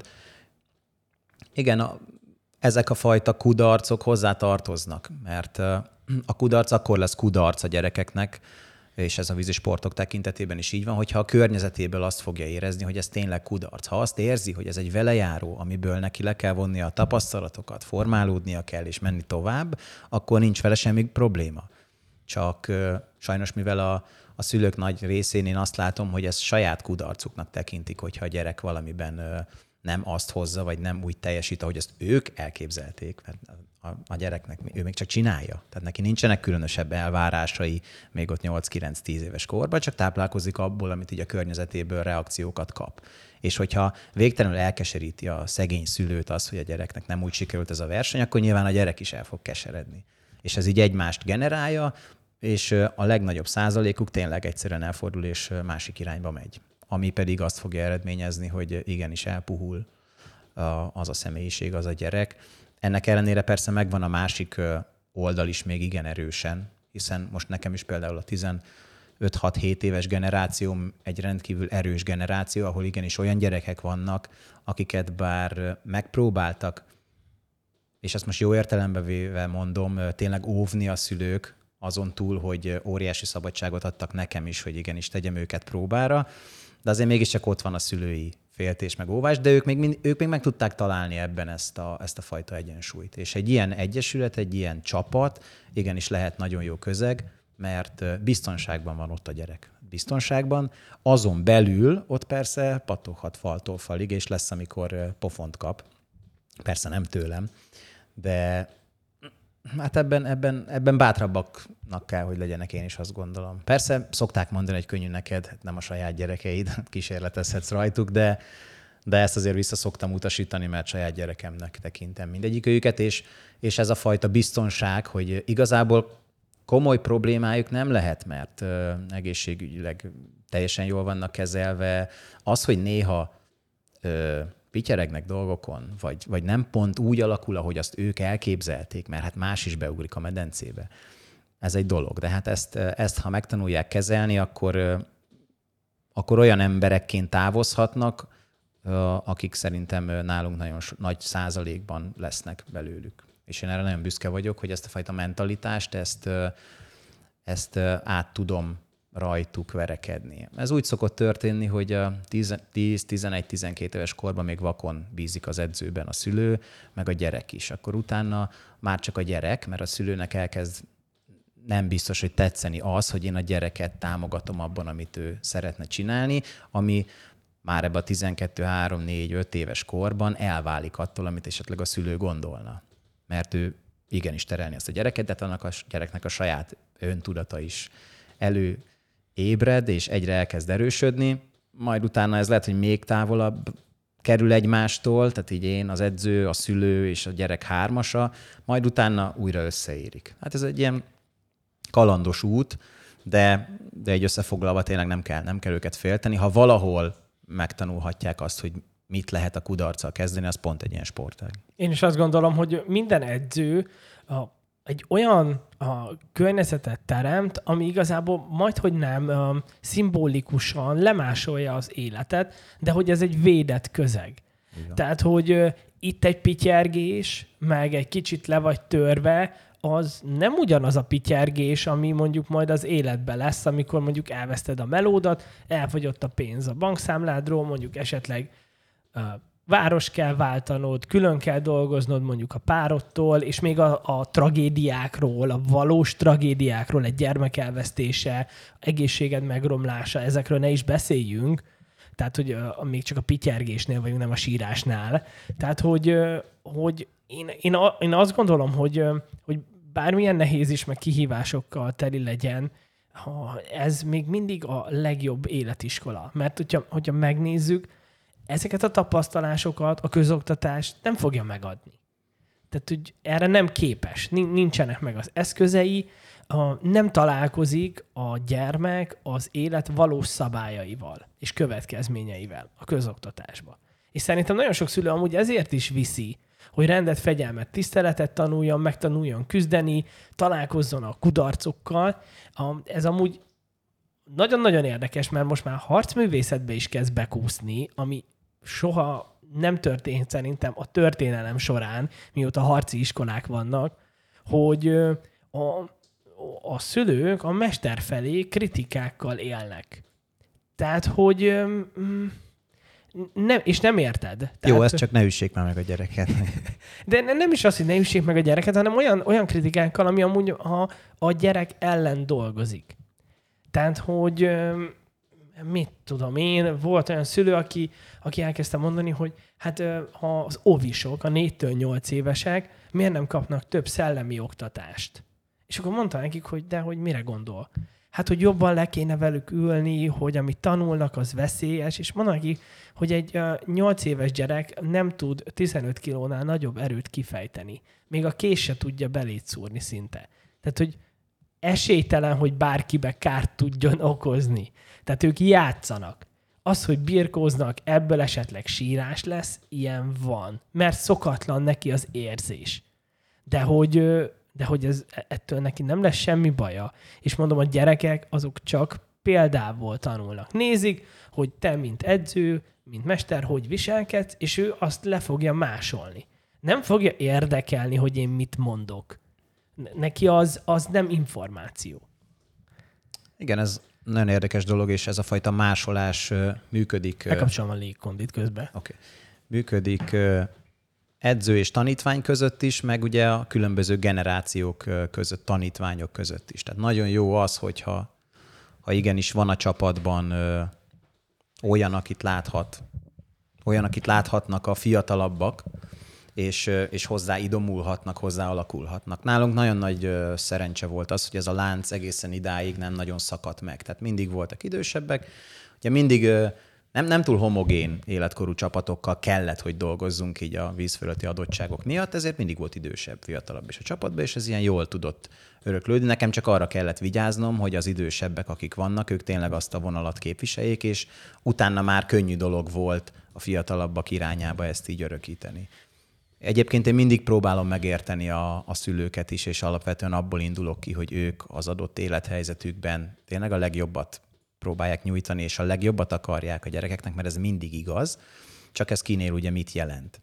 Igen, a ezek a fajta kudarcok hozzá tartoznak, mert a kudarc akkor lesz kudarc a gyerekeknek, és ez a vízisportok tekintetében is így van, hogyha a környezetéből azt fogja érezni, hogy ez tényleg kudarc. Ha azt érzi, hogy ez egy velejáró, amiből neki le kell vonni a tapasztalatokat, formálódnia kell és menni tovább, akkor nincs vele semmi probléma. csak sajnos mivel a, a szülők nagy részén én azt látom, hogy ezt saját kudarcuknak tekintik, hogyha a gyerek valamiben nem azt hozza, vagy nem úgy teljesít, ahogy ezt ők elképzelték, mert a, a gyereknek ő még csak csinálja. Tehát neki nincsenek különösebb elvárásai még ott nyolc-kilenc-tíz éves korban, csak táplálkozik abból, amit így a környezetéből reakciókat kap. És hogyha végtelenül elkeseríti a szegény szülőt az, hogy a gyereknek nem úgy sikerült ez a verseny, akkor nyilván a gyerek is el fog keseredni. És ez így egymást generálja, és a legnagyobb százalékuk tényleg egyszerűen elfordul, és másik irányba megy. Ami pedig azt fogja eredményezni, hogy igenis elpuhul az a személyiség, az a gyerek. Ennek ellenére persze megvan a másik oldal is még igen erősen, hiszen most nekem is például a tizenöt-hat-hét éves generációm egy rendkívül erős generáció, ahol igenis olyan gyerekek vannak, akiket bár megpróbáltak, és ezt most jó értelembe véve mondom, tényleg óvni a szülők, azon túl, hogy óriási szabadságot adtak nekem is, hogy igenis tegyem őket próbára, de azért mégiscsak ott van a szülői féltés meg óvás, de ők még, mind, ők még meg tudták találni ebben ezt a, ezt a fajta egyensúlyt. És egy ilyen egyesület, egy ilyen csapat igenis lehet nagyon jó közeg, mert biztonságban van ott a gyerek. Biztonságban, azon belül ott persze pattoghat faltól falig, és lesz, amikor pofont kap. Persze nem tőlem, de hát ebben, ebben, ebben bátrabbaknak kell, hogy legyenek, én is azt gondolom. Persze szokták mondani, hogy könnyű neked, hát nem a saját gyerekeid, kísérletezhetsz rajtuk, de, de ezt azért vissza szoktam utasítani, mert saját gyerekemnek tekintem mindegyik őket, és, és ez a fajta biztonság, hogy igazából komoly problémájuk nem lehet, mert uh, egészségügyileg teljesen jól vannak kezelve. Az, hogy néha uh, pityeregnek dolgokon, vagy, vagy nem pont úgy alakul, ahogy azt ők elképzelték, mert hát más is beugrik a medencébe. Ez egy dolog. De hát ezt, ezt ha megtanulják kezelni, akkor, akkor olyan emberekként távozhatnak, akik szerintem nálunk nagyon nagy százalékban lesznek belőlük. És én erre nagyon büszke vagyok, hogy ezt a fajta mentalitást, ezt, ezt át tudom rajtuk verekedni. Ez úgy szokott történni, hogy a tíz-tizenegy-tizenkét éves korban még vakon bízik az edzőben a szülő, meg a gyerek is. Akkor utána már csak a gyerek, mert a szülőnek elkezd nem biztos, hogy tetszeni az, hogy én a gyereket támogatom abban, amit ő szeretne csinálni, ami már ebben a tizenkettő, három, négy, öt éves korban elválik attól, amit esetleg a szülő gondolna. Mert ő igenis terelni azt a gyereket, de annak a gyereknek a saját öntudata is elő ébred, és egyre elkezd erősödni, majd utána ez lehet, hogy még távolabb kerül egymástól, tehát így én, az edző, a szülő és a gyerek hármasa, majd utána újra összeérik. Hát ez egy ilyen kalandos út, de, de egy összefoglalva tényleg nem kell, nem kell őket félteni. Ha valahol megtanulhatják azt, hogy mit lehet a kudarccal kezdeni, az pont egy ilyen sportág. Én is azt gondolom, hogy minden edző a egy olyan a környezetet teremt, ami igazából majdhogy nem um, szimbolikusan lemásolja az életet, de hogy ez egy védett közeg. Igen. Tehát, hogy uh, itt egy pityergés, meg egy kicsit le vagy törve, az nem ugyanaz a pityergés, ami mondjuk majd az életben lesz, amikor mondjuk elveszted a melódat, elfogyott a pénz a bankszámládról, mondjuk esetleg uh, város kell váltanod, külön kell dolgoznod mondjuk a párodtól, és még a, a tragédiákról, a valós tragédiákról, egy gyermek elvesztése, egészséged megromlása, ezekről ne is beszéljünk. Tehát, hogy uh, még csak a pityergésnél vagyunk, nem a sírásnál. Tehát, hogy, uh, hogy én, én, a, én azt gondolom, hogy, uh, hogy bármilyen nehéz is, meg kihívásokkal teli legyen, ez még mindig a legjobb életiskola. Mert hogyha, hogyha megnézzük, ezeket a tapasztalásokat a közoktatás nem fogja megadni. Tehát, hogy erre nem képes, nincsenek meg az eszközei, nem találkozik a gyermek az élet valós szabályaival és következményeivel a közoktatásba. És szerintem nagyon sok szülő amúgy ezért is viszi, hogy rendet, fegyelmet, tiszteletet tanuljon, megtanuljon küzdeni, találkozzon a kudarcokkal. Ez amúgy nagyon-nagyon érdekes, mert most már harcművészetbe is kezd bekúszni, ami soha nem történt szerintem a történelem során, mióta harci iskolák vannak, hogy a, a szülők a mester felé kritikákkal élnek. Tehát, hogy Nem, és nem érted. Tehát... Tehát... Jó, ez csak ne üssék már meg a gyereket. De nem is az, hogy ne üssék meg a gyereket, hanem olyan, olyan kritikákkal, ami amúgy a, a gyerek ellen dolgozik. Tehát, hogy mit tudom én, volt olyan szülő, aki, aki elkezdte mondani, hogy hát az ovisok, a négytől nyolc évesek miért nem kapnak több szellemi oktatást. És akkor mondta nekik, hogy de hogy mire gondol. Hát, hogy jobban le kéne velük ülni, hogy amit tanulnak, az veszélyes, és mondom neki, hogy egy nyolc éves gyerek nem tud tizenöt kilónál nagyobb erőt kifejteni. Még a kés se tudja belét szúrni szinte. Tehát, hogy esélytelen, hogy bárkibe kárt tudjon okozni. Tehát ők játszanak. Az, hogy birkóznak, ebből esetleg sírás lesz, ilyen van. Mert szokatlan neki az érzés. De hogy, de hogy ez, ettől neki nem lesz semmi baja. És mondom, a gyerekek azok csak példából tanulnak. Nézik, hogy te, mint edző, mint mester, hogy viselkedsz, és ő azt le fogja másolni. Nem fogja érdekelni, hogy én mit mondok. Neki az, az nem információ. Igen, ez nagyon érdekes dolog, és ez a fajta másolás működik. Lekapcsolom a légkondit közben. Oké. Okay. Működik edző és tanítvány között is, meg ugye a különböző generációk között, tanítványok között is. Tehát nagyon jó az, hogyha ha igenis van a csapatban olyan, akit láthat, olyan, akit láthatnak a fiatalabbak, és, és hozzá idomulhatnak, hozzá alakulhatnak. Nálunk nagyon nagy szerencse volt az, hogy ez a lánc egészen idáig nem nagyon szakadt meg. Tehát mindig voltak idősebbek. Ugye mindig nem, nem túl homogén életkorú csapatokkal kellett, hogy dolgozzunk így a víz fölötti adottságok miatt, ezért mindig volt idősebb, fiatalabb is a csapatban, és ez ilyen jól tudott öröklődni. Nekem csak arra kellett vigyáznom, hogy az idősebbek, akik vannak, ők tényleg azt a vonalat képviseljék, és utána már könnyű dolog volt a fiatalabbak irányába ezt így örökíteni. Egyébként én mindig próbálom megérteni a, a szülőket is, és alapvetően abból indulok ki, hogy ők az adott élethelyzetükben tényleg a legjobbat próbálják nyújtani, és a legjobbat akarják a gyerekeknek, mert ez mindig igaz, csak ez kinél ugye mit jelent.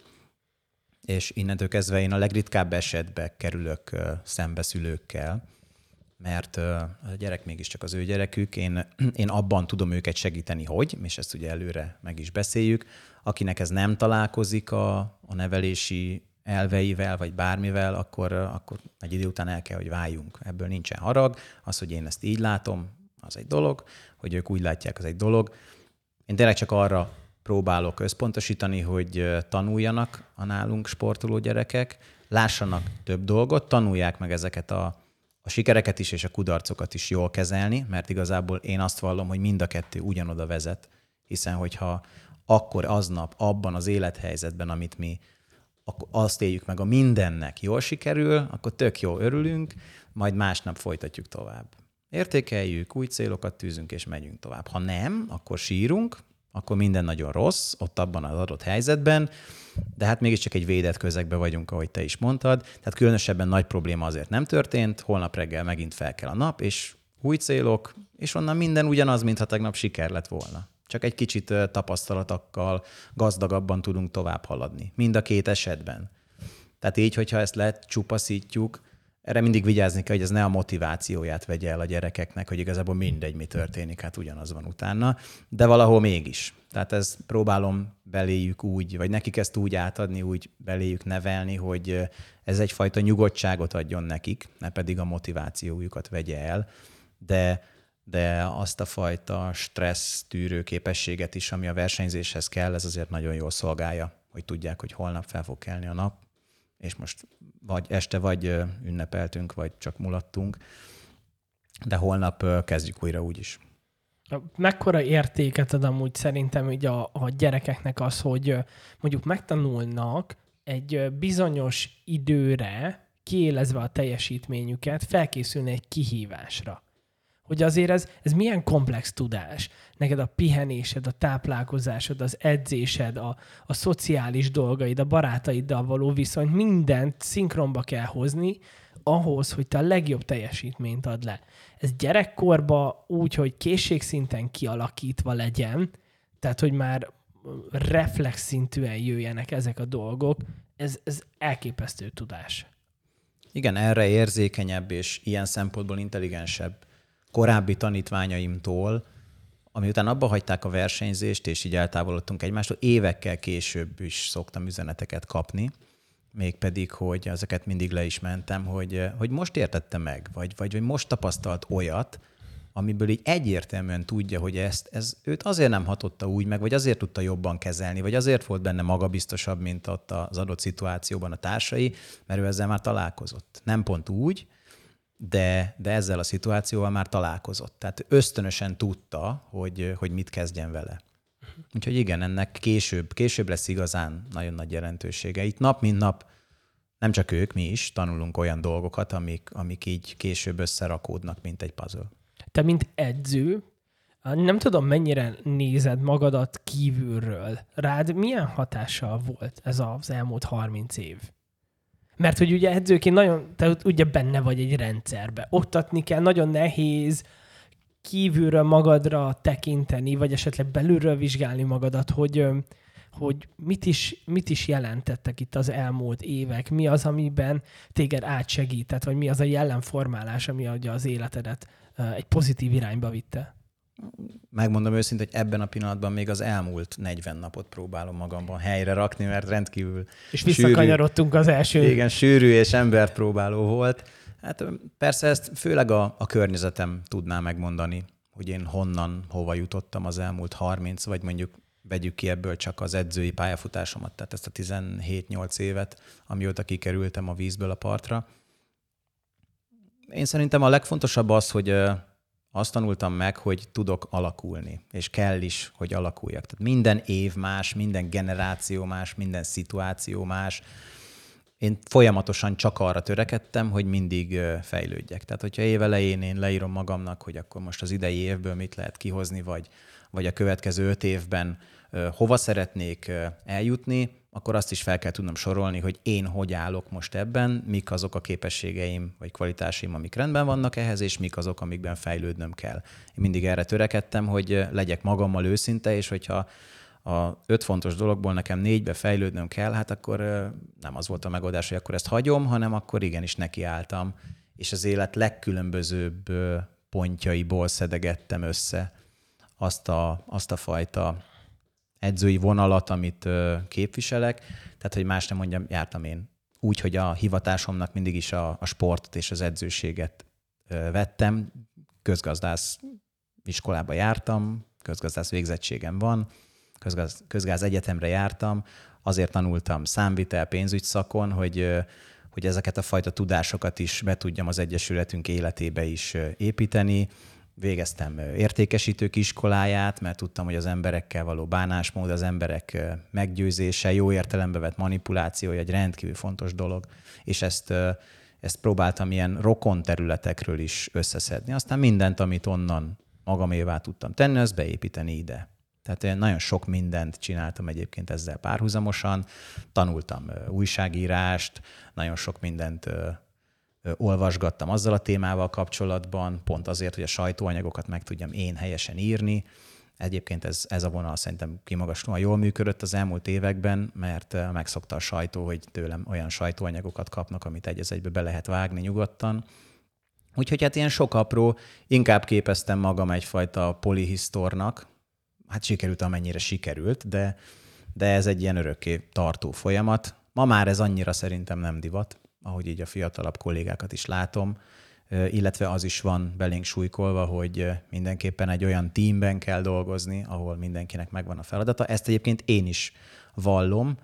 És innentől kezdve én a legritkább esetben kerülök szembe szülőkkel, mert a gyerek mégiscsak az ő gyerekük, én, én abban tudom őket segíteni, hogy, és ezt ugye előre meg is beszéljük, akinek ez nem találkozik a, a nevelési elveivel, vagy bármivel, akkor, akkor egy idő után el kell, hogy váljunk. Ebből nincsen harag. Az, hogy én ezt így látom, az egy dolog, hogy ők úgy látják, az egy dolog. Én tényleg csak arra próbálok összpontosítani, hogy tanuljanak a nálunk sportoló gyerekek, lássanak több dolgot, tanulják meg ezeket a, a sikereket is és a kudarcokat is jól kezelni, mert igazából én azt vallom, hogy mind a kettő ugyanoda vezet, hiszen hogyha akkor aznap, abban az élethelyzetben, amit mi akkor azt éljük meg, a mindennek jól sikerül, akkor tök jól örülünk, majd másnap folytatjuk tovább. Értékeljük, új célokat tűzünk, és megyünk tovább. Ha nem, akkor sírunk, akkor minden nagyon rossz, ott abban az adott helyzetben, de hát mégiscsak egy védett közegben vagyunk, ahogy te is mondtad. Tehát különösebben nagy probléma azért nem történt, holnap reggel megint fel kell a nap, és új célok, és onnan minden ugyanaz, mintha tegnap siker lett volna. Csak egy kicsit tapasztalatokkal gazdagabban tudunk tovább haladni. Mind a két esetben. Tehát így, hogyha ezt lecsupaszítjuk, erre mindig vigyázni kell, hogy ez ne a motivációját vegye el a gyerekeknek, hogy igazából mindegy, mi történik, hát ugyanaz van utána, de valahol mégis. Tehát ezt próbálom beléjük úgy, vagy nekik ezt úgy átadni, úgy beléjük nevelni, hogy ez egyfajta nyugodtságot adjon nekik, ne pedig a motivációjukat vegye el, de de azt a fajta stressz tűrő képességet is, ami a versenyzéshez kell, ez azért nagyon jól szolgálja, hogy tudják, hogy holnap fel fog kelni a nap, és most vagy este vagy ünnepeltünk, vagy csak mulattunk, de holnap kezdjük újra úgyis. Mekkora értéket ad amúgy szerintem így a, a gyerekeknek az, hogy mondjuk megtanulnak egy bizonyos időre, kiélezve a teljesítményüket, felkészülni egy kihívásra. Hogy azért ez, ez milyen komplex tudás. Neked a pihenésed, a táplálkozásod, az edzésed, a, a szociális dolgaid, a barátaiddal való viszont mindent szinkronba kell hozni ahhoz, hogy te a legjobb teljesítményt ad le. Ez gyerekkorban úgy, hogy készségszinten kialakítva legyen, tehát hogy már reflex szintűen jöjjenek ezek a dolgok, ez, ez elképesztő tudás. Igen, erre érzékenyebb és ilyen szempontból intelligensebb korábbi tanítványaimtól amiután abba hagyták a versenyzést, és így eltávolodtunk egymástól, évekkel később is szoktam üzeneteket kapni, mégpedig, hogy ezeket mindig le is mentem, hogy, hogy most értette meg, vagy, vagy, vagy most tapasztalt olyat, amiből így egyértelműen tudja, hogy ezt, ez őt azért nem hatotta úgy meg, vagy azért tudta jobban kezelni, vagy azért volt benne magabiztosabb, mint ott az adott szituációban a társai, mert ő ezzel már találkozott. Nem pont úgy, de, de ezzel a szituációval már találkozott. Tehát ösztönösen tudta, hogy, hogy mit kezdjen vele. Úgyhogy igen, ennek később, később lesz igazán nagyon nagy jelentősége. Itt nap mint nap, nem csak ők, mi is tanulunk olyan dolgokat, amik, amik így később összerakódnak, mint egy puzzle. Te, mint edző, nem tudom, mennyire nézed magadat kívülről. Rád milyen hatással volt ez az elmúlt harminc év? Mert hogy ugye edzőként nagyon, te ugye benne vagy egy rendszerbe. Oktatni kell, nagyon nehéz kívülről magadra tekinteni, vagy esetleg belülről vizsgálni magadat, hogy, hogy mit is, mit is jelentettek itt az elmúlt évek, mi az, amiben téged átsegített, vagy mi az a jellemformálás, ami ugye az életedet egy pozitív irányba vitte? Megmondom őszintén, hogy ebben a pillanatban még az elmúlt negyven napot próbálom magamban helyre rakni, mert rendkívül És visszakanyarodtunk az első. Igen, sűrű és embert próbáló volt. Hát persze ezt főleg a, a környezetem tudná megmondani, hogy én honnan, hova jutottam az elmúlt harminc, vagy mondjuk vegyük ki ebből csak az edzői pályafutásomat, tehát ezt a tizenhét-nyolc évet, amióta kikerültem a vízből a partra. Én szerintem a legfontosabb az, hogy azt tanultam meg, hogy tudok alakulni, és kell is, hogy alakuljak. Tehát minden év más, minden generáció más, minden szituáció más. Én folyamatosan csak arra törekedtem, hogy mindig fejlődjek. Tehát, hogyha évelején én leírom magamnak, hogy akkor most az idei évből mit lehet kihozni, vagy, vagy a következő öt évben hova szeretnék eljutni, akkor azt is fel kell tudnom sorolni, hogy én hogy állok most ebben, mik azok a képességeim vagy kvalitásaim, amik rendben vannak ehhez, és mik azok, amikben fejlődnöm kell. Én mindig erre törekedtem, hogy legyek magammal őszinte, és hogyha a öt fontos dologból nekem négybe fejlődnöm kell, hát akkor nem az volt a megoldás, hogy akkor ezt hagyom, hanem akkor igenis nekiálltam, és az élet legkülönbözőbb pontjaiból szedegettem össze azt a, azt a fajta edzői vonalat, amit képviselek. Tehát, hogy más nem mondjam, jártam én úgy, hogy a hivatásomnak mindig is a, a sportot és az edzőséget vettem. Közgazdász iskolába jártam, közgazdász végzettségem van, közgaz, közgáz egyetemre jártam, azért tanultam számvitel, pénzügy szakon, hogy, hogy ezeket a fajta tudásokat is be tudjam az Egyesületünk életébe is építeni. Végeztem értékesítők iskoláját, mert tudtam, hogy az emberekkel való bánásmód, az emberek meggyőzése, jó értelembe vett manipulációja egy rendkívül fontos dolog, és ezt, ezt próbáltam ilyen rokon területekről is összeszedni. Aztán mindent, amit onnan magamévá tudtam tenni, azt beépíteni ide. Tehát én nagyon sok mindent csináltam egyébként ezzel párhuzamosan, tanultam újságírást, nagyon sok mindent olvasgattam azzal a témával kapcsolatban, pont azért, hogy a sajtóanyagokat meg tudjam én helyesen írni. Egyébként ez, ez a vonal szerintem kimagaslóan jól működött az elmúlt években, mert megszokta a sajtó, hogy tőlem olyan sajtóanyagokat kapnak, amit egy az egybe be lehet vágni nyugodtan. Úgyhogy hát ilyen sok apró, inkább képeztem magam egyfajta polihisztornak. Hát sikerült, amennyire sikerült, de, de ez egy ilyen örökké tartó folyamat. Ma már ez annyira szerintem nem divat, ahogy így a fiatalabb kollégákat is látom, illetve az is van belénk súlykolva, hogy mindenképpen egy olyan teamben kell dolgozni, ahol mindenkinek megvan a feladata. Ezt egyébként én is vallom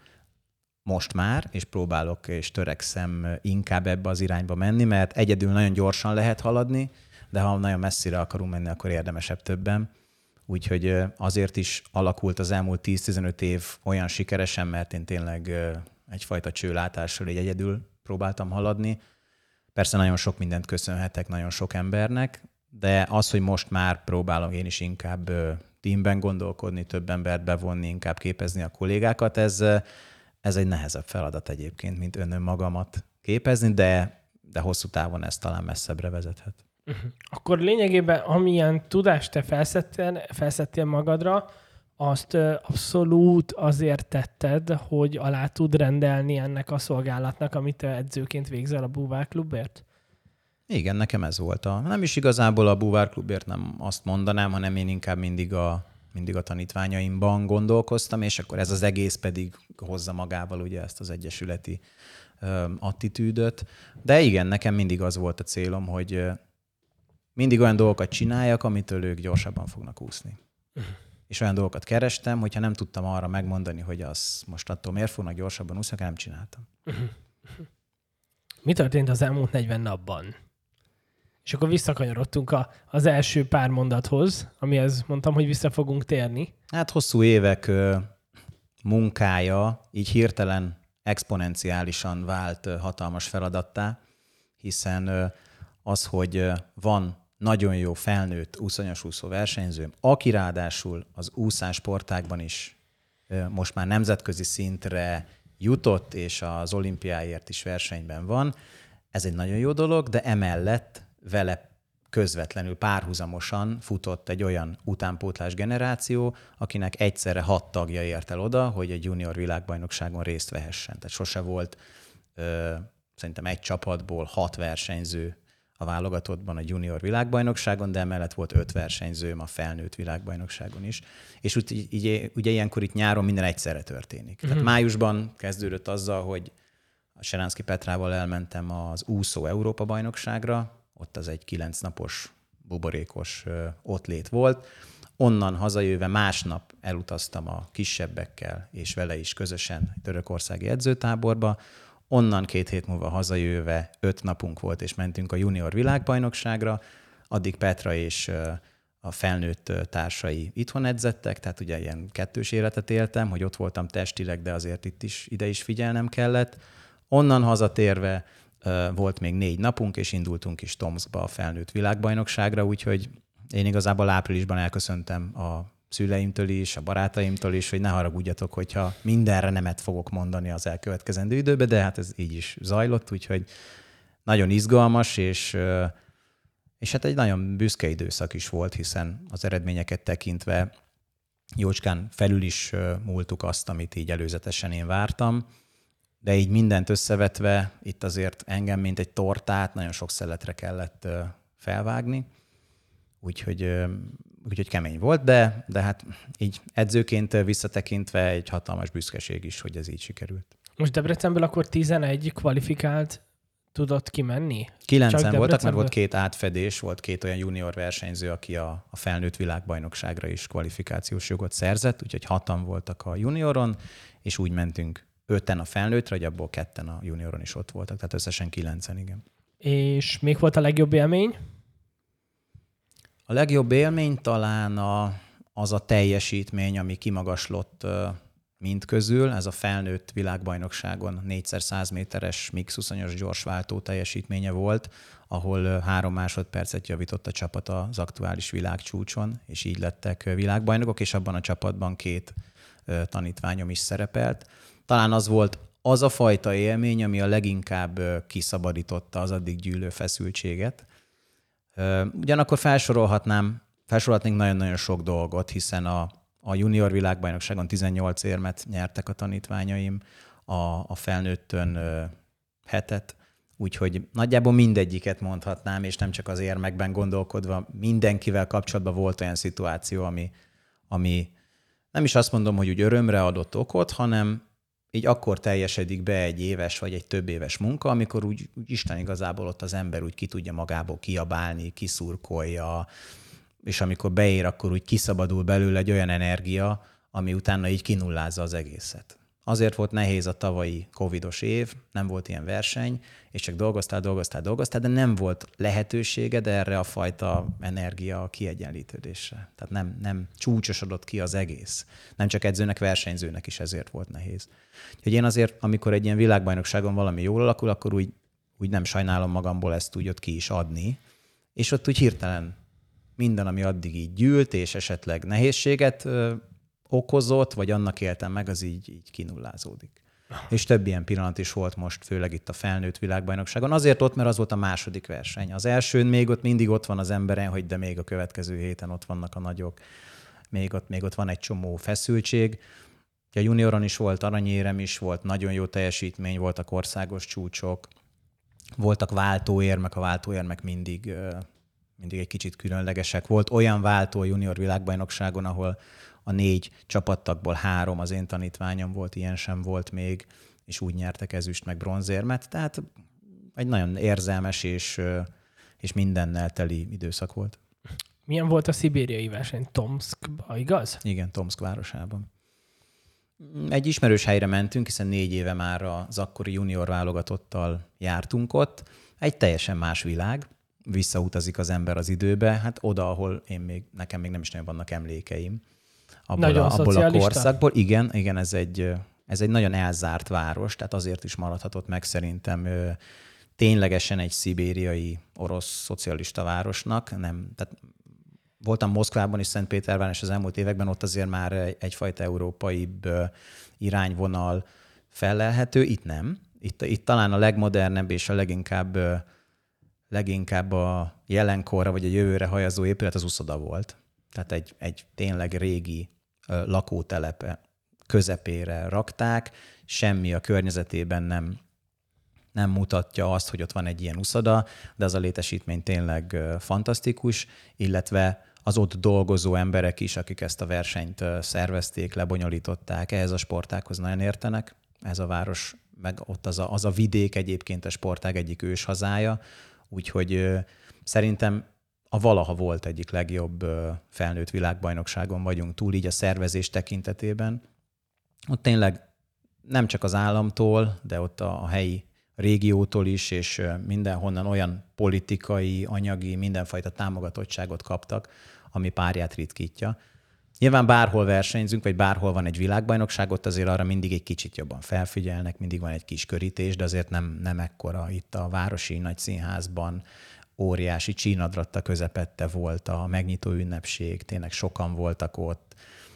most már, és próbálok és törekszem inkább ebbe az irányba menni, mert egyedül nagyon gyorsan lehet haladni, de ha nagyon messzire akarunk menni, akkor érdemesebb többen. Úgyhogy azért is alakult az elmúlt tíz-tizenöt év olyan sikeresen, mert én tényleg egyfajta csőlátással így egyedül próbáltam haladni. Persze nagyon sok mindent köszönhetek nagyon sok embernek, de az, hogy most már próbálom én is inkább teamben gondolkodni, több embert bevonni, inkább képezni a kollégákat, ez, ez egy nehezebb feladat egyébként, mint önmagamat képezni, de, de hosszú távon ez talán messzebbre vezethet. Akkor lényegében, amilyen tudást te felszedtél, felszedtél magadra, azt abszolút azért tetted, hogy alá tud rendelni ennek a szolgálatnak, amit te edzőként végzel a Búvár Klubért? Igen, nekem ez volt a... Nem is igazából a búvárklubért nem azt mondanám, hanem én inkább mindig a, mindig a tanítványaimban gondolkoztam, és akkor ez az egész pedig hozza magával ugye ezt az egyesületi ö, attitűdöt. De igen, nekem mindig az volt a célom, hogy ö, mindig olyan dolgokat csináljak, amitől ők gyorsabban fognak úszni. Uh-huh. És olyan dolgokat kerestem, hogyha nem tudtam arra megmondani, hogy az most attól miért fognak gyorsabban úszni, akkor nem csináltam. Uh-huh. Mi történt az elmúlt negyven napban? És akkor visszakanyarodtunk a, az első pár mondathoz, amihez mondtam, hogy vissza fogunk térni. Hát hosszú évek ö, munkája így hirtelen exponenciálisan vált ö, hatalmas feladattá, hiszen ö, az, hogy ö, van nagyon jó felnőtt úszonyos úszó versenyzőm, aki ráadásul az úszás sportágban is ö, most már nemzetközi szintre jutott, és az olimpiáért is versenyben van. Ez egy nagyon jó dolog, de emellett vele közvetlenül párhuzamosan futott egy olyan utánpótlás generáció, akinek egyszerre hat tagja ért el oda, hogy egy junior világbajnokságon részt vehessen. Tehát sose volt ö, szerintem egy csapatból hat versenyző a válogatottban a junior világbajnokságon, de emellett volt öt versenyzőm a felnőtt világbajnokságon is. És úgy, így, ugye ilyenkor itt nyáron minden egyszerre történik. Mm-hmm. Tehát májusban kezdődött azzal, hogy a Seránszky Petrával elmentem az úszó Európa-bajnokságra, ott az egy kilenc napos buborékos ottlét volt. Onnan hazajöve másnap elutaztam a kisebbekkel, és vele is közösen törökországi edzőtáborba. Onnan két hét múlva hazajöve öt napunk volt, és mentünk a junior világbajnokságra. Addig Petra és a felnőtt társai itthon edzettek, tehát ugye ilyen kettős életet éltem, hogy ott voltam testileg, de azért itt is, ide is figyelnem kellett. Onnan hazatérve volt még négy napunk, és indultunk is Tomskba a felnőtt világbajnokságra, úgyhogy én igazából áprilisban elköszöntem a szüleimtől is, a barátaimtól is, hogy ne haragudjatok, hogyha mindenre nemet fogok mondani az elkövetkezendő időbe, de hát ez így is zajlott, úgyhogy nagyon izgalmas, és, és hát egy nagyon büszke időszak is volt, hiszen az eredményeket tekintve jócskán felül is múltuk azt, amit így előzetesen én vártam, de így mindent összevetve itt azért engem, mint egy tortát, nagyon sok szeletre kellett felvágni, úgyhogy, úgyhogy kemény volt, de, de hát így edzőként visszatekintve egy hatalmas büszkeség is, hogy ez így sikerült. Most Debrecenből akkor tizenegy kvalifikált tudott kimenni? Kilencen voltak, mert volt két átfedés, volt két olyan junior versenyző, aki a, a felnőtt világbajnokságra is kvalifikációs jogot szerzett, úgyhogy hatan voltak a junioron, és úgy mentünk öten a felnőttre, hogy abból ketten a junioron is ott voltak, tehát összesen kilencen, igen. És még volt a legjobb élmény? A legjobb élmény talán a, az a teljesítmény, ami kimagaslott mind közül. Ez a felnőtt világbajnokságon négyszer száz méteres mix uszonyos gyorsváltó teljesítménye volt, ahol három másodpercet javított a csapat az aktuális világcsúcson, és így lettek világbajnokok, és abban a csapatban két tanítványom is szerepelt. Talán az volt az a fajta élmény, ami a leginkább kiszabadította az addig gyűlő feszültséget. Ugyanakkor felsorolhatnám, felsorolhatnénk nagyon-nagyon sok dolgot, hiszen a, a junior világbajnokságon tizennyolc érmet nyertek a tanítványaim, a, a felnőttön hetet, úgyhogy nagyjából mindegyiket mondhatnám, és nem csak az érmekben gondolkodva, mindenkivel kapcsolatban volt olyan szituáció, ami, ami nem is azt mondom, hogy úgy örömre adott okot, hanem így akkor teljesedik be egy éves vagy egy több éves munka, amikor úgy, úgy Isten igazából ott az ember úgy ki tudja magából kiabálni, kiszurkolja, és amikor beér, akkor úgy kiszabadul belőle egy olyan energia, ami utána így kinullázza az egészet. Azért volt nehéz a tavalyi covidos év, nem volt ilyen verseny, és csak dolgoztál, dolgoztál, dolgoztál, de nem volt lehetőséged erre a fajta energia kiegyenlítődésre. Tehát nem, nem csúcsosodott ki az egész. Nem csak edzőnek, versenyzőnek is ezért volt nehéz. Úgyhogy én azért, amikor egy ilyen világbajnokságon valami jól alakul, akkor úgy, úgy nem sajnálom magamból ezt úgy ott ki is adni, és ott úgy hirtelen minden, ami addig így gyűlt, és esetleg nehézséget ö, okozott, vagy annak éltem meg, az így, így kinullázódik. És több ilyen pillanat is volt most, főleg itt a felnőtt világbajnokságon. Azért ott, mert az volt a második verseny. Az elsőn még ott mindig ott van az emberen, hogy de még a következő héten ott vannak a nagyok. Még ott, még ott van egy csomó feszültség. A junioron is volt aranyérem is, volt nagyon jó teljesítmény, voltak országos csúcsok. voltak váltóérmek, a váltóérmek mindig, mindig egy kicsit különlegesek. Volt olyan váltó junior világbajnokságon, ahol a négy csapattagból három, az én tanítványom volt, ilyen sem volt még, és úgy nyertek ezüst meg bronzérmet. Tehát egy nagyon érzelmes és, és mindennel teli időszak volt. Milyen volt a szibériai verseny? Tomskba, igaz? Igen, Tomsk városában. Egy ismerős helyre mentünk, hiszen négy éve már az akkori junior válogatottal jártunk ott. Egy teljesen más világ. Visszautazik az ember az időbe, hát oda, ahol én még, nekem még nem is nagyon vannak emlékeim. Abból, nagyon a, abból a korszakból. szocialista? Igen, igen, ez egy, ez egy nagyon elzárt város, tehát azért is maradhatott meg szerintem ténylegesen egy szibériai orosz szocialista városnak. Nem, tehát voltam Moszkvában és Szentpéterváron, és az elmúlt években ott azért már egyfajta európaibb irányvonal fellelhető. Itt nem. Itt, itt talán a legmodernebb és a leginkább, leginkább a jelenkorra vagy a jövőre hajazó épület az uszoda volt. Tehát egy, egy tényleg régi lakótelepe közepére rakták, semmi a környezetében nem, nem mutatja azt, hogy ott van egy ilyen uszoda, de az a létesítmény tényleg fantasztikus, illetve az ott dolgozó emberek is, akik ezt a versenyt szervezték, lebonyolították, ehhez a sportághoz nagyon értenek. Ez a város, meg ott az a, az a vidék egyébként a sportág egyik őshazája, úgyhogy szerintem a valaha volt egyik legjobb felnőtt világbajnokságon vagyunk túl, így a szervezés tekintetében. Ott tényleg nem csak az államtól, de ott a helyi régiótól is, és mindenhonnan olyan politikai, anyagi, mindenfajta támogatottságot kaptak, ami párját ritkítja. Nyilván bárhol versenyzünk, vagy bárhol van egy világbajnokság, ott azért arra mindig egy kicsit jobban felfigyelnek, mindig van egy kis körítés, de azért nem, nem ekkora. Itt a városi nagy színházban óriási csínadratta közepette volt a megnyitó ünnepség, tényleg sokan voltak ott,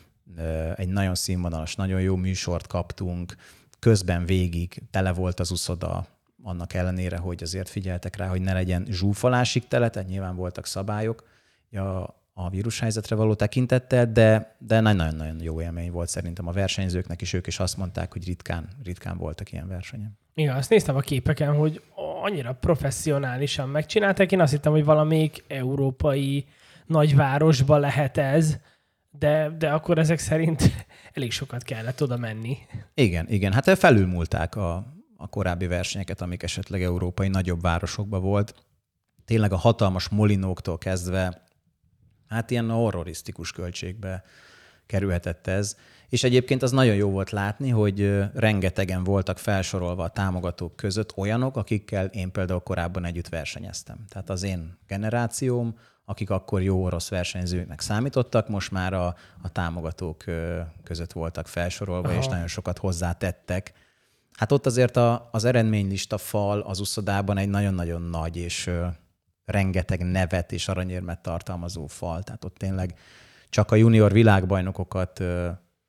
egy nagyon színvonalas, nagyon jó műsort kaptunk, közben végig tele volt az uszoda, annak ellenére, hogy azért figyeltek rá, hogy ne legyen zsúfolásig tele, tehát nyilván voltak szabályok a, a vírushelyzetre való tekintettel, de, de nagyon-nagyon jó élmény volt szerintem a versenyzőknek, és ők is azt mondták, hogy ritkán, ritkán voltak ilyen versenyen. Igen, azt néztem a képeken, hogy annyira professzionálisan megcsinálták. Én azt hittem, hogy valamelyik európai nagyvárosba lehet ez, de, de akkor ezek szerint elég sokat kellett oda menni. Igen, igen. Hát felülmúlták a, a korábbi versenyeket, amik esetleg európai nagyobb városokban volt. Tényleg a hatalmas molinóktól kezdve, hát ilyen horrorisztikus költségbe kerülhetett ez. És egyébként az nagyon jó volt látni, hogy rengetegen voltak felsorolva a támogatók között olyanok, akikkel én például korábban együtt versenyeztem. Tehát az én generációm, akik akkor jó orosz versenyzőknek számítottak, most már a, a támogatók között voltak felsorolva, Aha. és nagyon sokat hozzátettek. Hát ott azért a, az eredménylista fal az uszodában egy nagyon-nagyon nagy és ö, rengeteg nevet és aranyérmet tartalmazó fal. Tehát ott tényleg csak a junior világbajnokokat ö,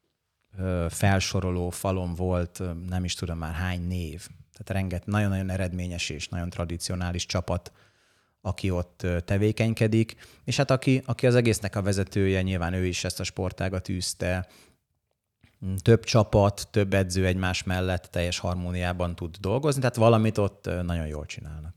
ö, felsoroló falon volt, ö, nem is tudom már hány név. Tehát renget, nagyon-nagyon eredményes és nagyon tradicionális csapat, aki ott tevékenykedik, és hát aki, aki az egésznek a vezetője, nyilván ő is ezt a sportágat űzte, több csapat, több edző egymás mellett teljes harmóniában tud dolgozni, tehát valamit ott nagyon jól csinálnak.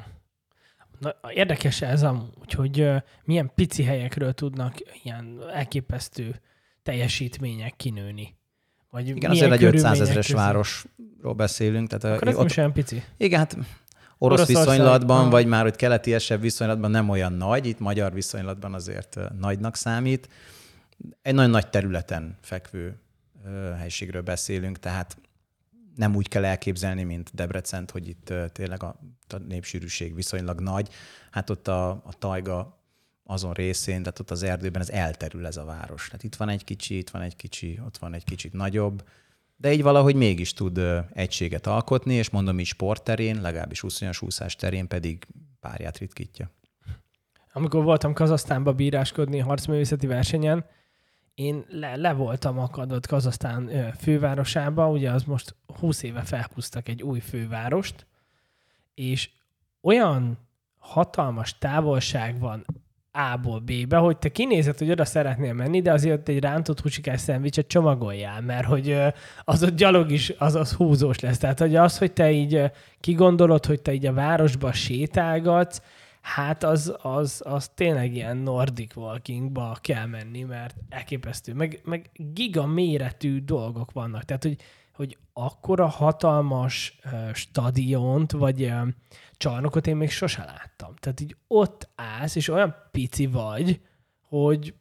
Na, érdekes ez amúgy, hogy milyen pici helyekről tudnak ilyen elképesztő teljesítmények kinőni. Vagy igen, azért egy ötszázezres városról beszélünk. Tehát akkor ez ott, most olyan pici? Igen, hát orosz Oroszország, viszonylatban, vagy már hogy keletiesebb viszonylatban nem olyan nagy, itt magyar viszonylatban azért nagynak számít. Egy nagyon nagy területen fekvő helységről beszélünk, tehát nem úgy kell elképzelni, mint Debrecent, hogy itt tényleg a, a népsűrűség viszonylag nagy. Hát ott a, a tajga azon részén, tehát ott az erdőben ez elterül ez a város. Tehát itt van egy kicsi, itt van egy kicsi, ott van egy kicsit nagyobb, de így valahogy mégis tud egységet alkotni, és mondom is sportterén, legalábbis úszonyos úszás terén pedig párját ritkítja. Amikor voltam Kazahsztánba bíráskodni harcművészeti versenyen, én le, le voltam akadott Kazahsztán fővárosába, ugye az most húsz éve felhúztak egy új fővárost, és olyan hatalmas távolság van A-ból B-be, hogy te kinézed, hogy oda szeretnél menni, de azért ott egy rántott húcsikás szendvicset csomagoljál, mert hogy az ott gyalog is, az, az húzós lesz. Tehát hogy az, hogy te így kigondolod, hogy te így a városba sétálgatsz, hát az, az, az tényleg ilyen Nordic Walkingba kell menni, mert elképesztő. Meg, meg giga méretű dolgok vannak. Tehát, hogy, hogy akkora hatalmas uh, stadiont, vagy uh, csarnokot én még sose láttam. Tehát így ott állsz, és olyan pici vagy, hogy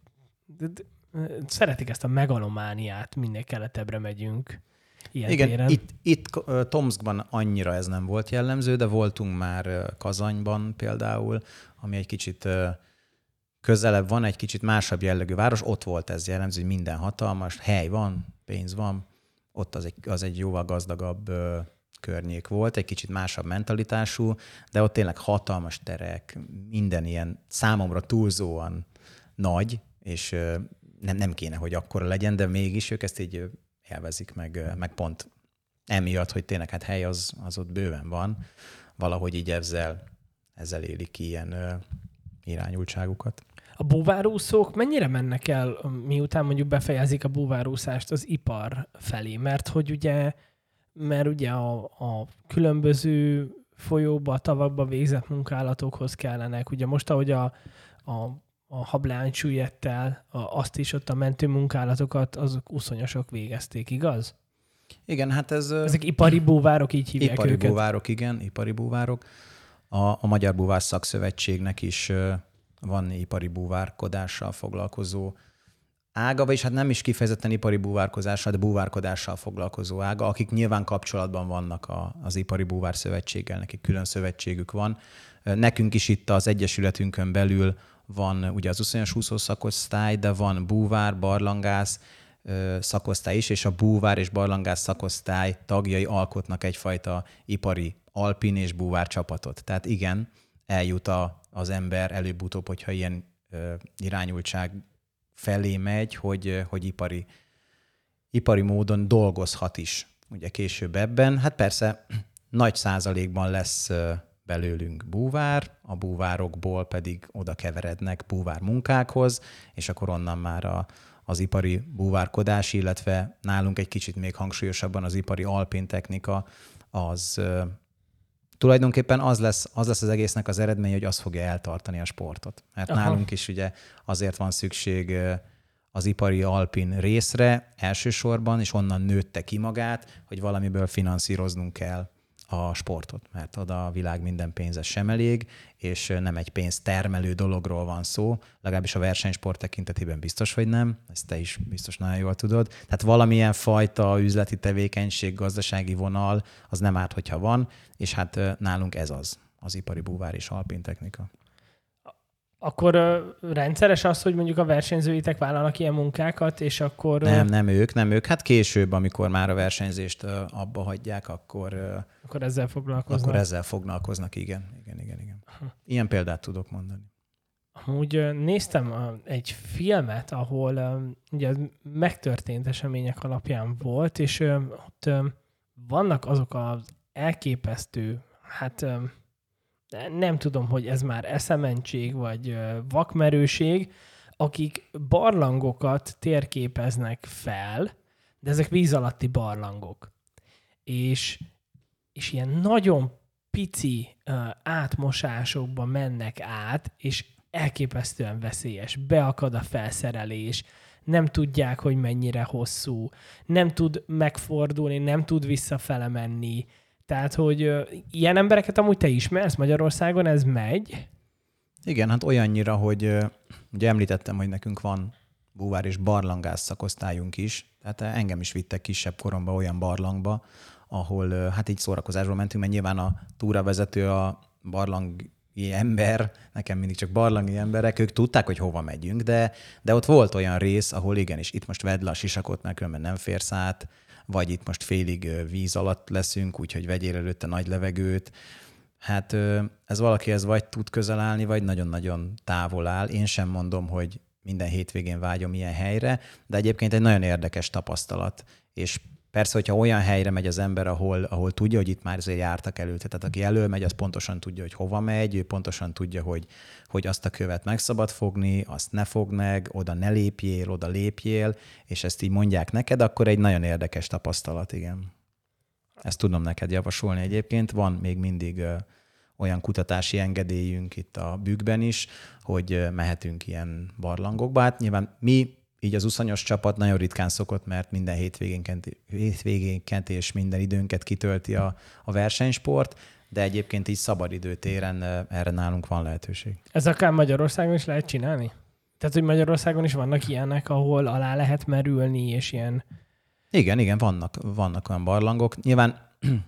szeretik ezt a megalomániát, minél keletebbre megyünk. Ilyen Igen, téren. itt, itt Tomskban annyira ez nem volt jellemző, de voltunk már Kazanyban például, ami egy kicsit közelebb van, egy kicsit másabb jellegű város. Ott volt ez jellemző, hogy minden hatalmas, hely van, pénz van, ott az egy, az egy jóval gazdagabb környék volt, egy kicsit másabb mentalitású, de ott tényleg hatalmas terek, minden ilyen számomra túlzóan nagy, és nem, nem kéne, hogy akkora legyen, de mégis ők ezt így élvezik, meg, meg pont emiatt, hogy tényleg hát hely az, az ott bőven van, valahogy így ezzel, ezzel élik ki ilyen ö, irányultságukat. A búvárúszók mennyire mennek el, miután mondjuk befejezik a búvárúszást az ipar felé? Mert hogy ugye, mert ugye a, a különböző folyóba, tavakba végzett munkálatokhoz kellenek. Ugye most, ahogy a, a a habláncsuljettel, azt is ott a mentő munkálatokat azok uszonyosok végezték, igaz? Igen, hát ez... Ezek ipari búvárok, így hívják ipari őket. Ipari búvárok, igen, ipari búvárok. A, a Magyar Búvár Szakszövetségnek is van ipari búvárkodással foglalkozó ága, vagyis hát nem is kifejezetten ipari búvárkozással, de búvárkodással foglalkozó ága, akik nyilván kapcsolatban vannak a, az Ipari Búvár Szövetséggel, nekik külön szövetségük van. Nekünk is itt az egyesületünkön belül van ugye az uszonyos úszó szakosztály, de van búvár, barlangász szakosztály is, és a búvár és barlangász szakosztály tagjai alkotnak egyfajta ipari alpin és búvár csapatot. Tehát igen, eljut a, az ember előbb-utóbb, hogyha ilyen ö, irányultság felé megy, hogy, hogy ipari, ipari módon dolgozhat is ugye később ebben. Hát persze nagy százalékban lesz belőlünk búvár, a búvárokból pedig oda keverednek búvár munkákhoz, és akkor onnan már a, az ipari búvárkodás, illetve nálunk egy kicsit még hangsúlyosabban az ipari alpin technika, az uh, tulajdonképpen az lesz, az lesz az egésznek az eredmény, hogy az fogja eltartani a sportot. Mert Aha. nálunk is ugye azért van szükség uh, az ipari alpin részre elsősorban, és onnan nőtte ki magát, hogy valamiből finanszíroznunk kell a sportot, mert oda a világ minden pénze sem elég, és nem egy pénztermelő dologról van szó, legalábbis a versenysport tekintetében biztos, hogy nem, ezt te is biztos nagyon jól tudod. Tehát valamilyen fajta üzleti tevékenység, gazdasági vonal, az nem árt, hogyha van, és hát nálunk ez az, az ipari búvár és alpin technika. Akkor uh, rendszeres az, hogy mondjuk a versenyzőitek vállalnak ilyen munkákat, és akkor... Uh... Nem, nem ők, nem ők. Hát később, amikor már a versenyzést uh, abba hagyják, akkor... Uh, akkor ezzel foglalkoznak. Akkor ezzel foglalkoznak, igen. igen, igen, igen. Ilyen példát tudok mondani. Amúgy uh, néztem uh, egy filmet, ahol uh, ugye megtörtént események alapján volt, és uh, ott uh, vannak azok az elképesztő, hát... Uh, nem tudom, hogy ez már eszementség, vagy vakmerőség, akik barlangokat térképeznek fel, de ezek víz alatti barlangok. És, és ilyen nagyon pici uh, átmosásokba mennek át, és elképesztően veszélyes. Beakad a felszerelés, nem tudják, hogy mennyire hosszú, nem tud megfordulni, nem tud visszafele menni. Tehát, hogy uh, ilyen embereket amúgy te ismersz Magyarországon, ez megy? Igen, hát olyannyira, hogy uh, ugye említettem, hogy nekünk van búvár és barlangász szakosztályunk is, tehát engem is vittek kisebb koromban olyan barlangba, ahol uh, hát így szórakozásról mentünk, mert nyilván a túravezető, a barlangi ember, nekem mindig csak barlangi emberek, ők tudták, hogy hova megyünk, de, de ott volt olyan rész, ahol igenis, itt most vedd le a sisakot, mert különben nem férsz át, vagy itt most félig víz alatt leszünk, úgyhogy vegyél előtte nagy levegőt. Hát ez valakihez vagy tud közel állni, vagy nagyon-nagyon távol áll. Én sem mondom, hogy minden hétvégén vágyom ilyen helyre, de egyébként egy nagyon érdekes tapasztalat. És Persze, hogyha olyan helyre megy az ember, ahol, ahol tudja, hogy itt már azért jártak előtte, tehát aki elől megy, az pontosan tudja, hogy hova megy, ő pontosan tudja, hogy, hogy azt a követ meg szabad fogni, azt ne fogd meg, oda ne lépjél, oda lépjél, és ezt így mondják neked, akkor egy nagyon érdekes tapasztalat, igen. Ezt tudom neked javasolni egyébként. Van még mindig ö, olyan kutatási engedélyünk itt a Bükkben is, hogy ö, mehetünk ilyen barlangokba. Hát nyilván mi így az uszonyos csapat nagyon ritkán szokott, mert minden hétvégénként, hétvégénként és minden időnket kitölti a, a versenysport, de egyébként így szabadidőtéren erre nálunk van lehetőség. Ez akár Magyarországon is lehet csinálni? Tehát, hogy Magyarországon is vannak ilyenek, ahol alá lehet merülni, és ilyen... Igen, igen, vannak, vannak olyan barlangok. Nyilván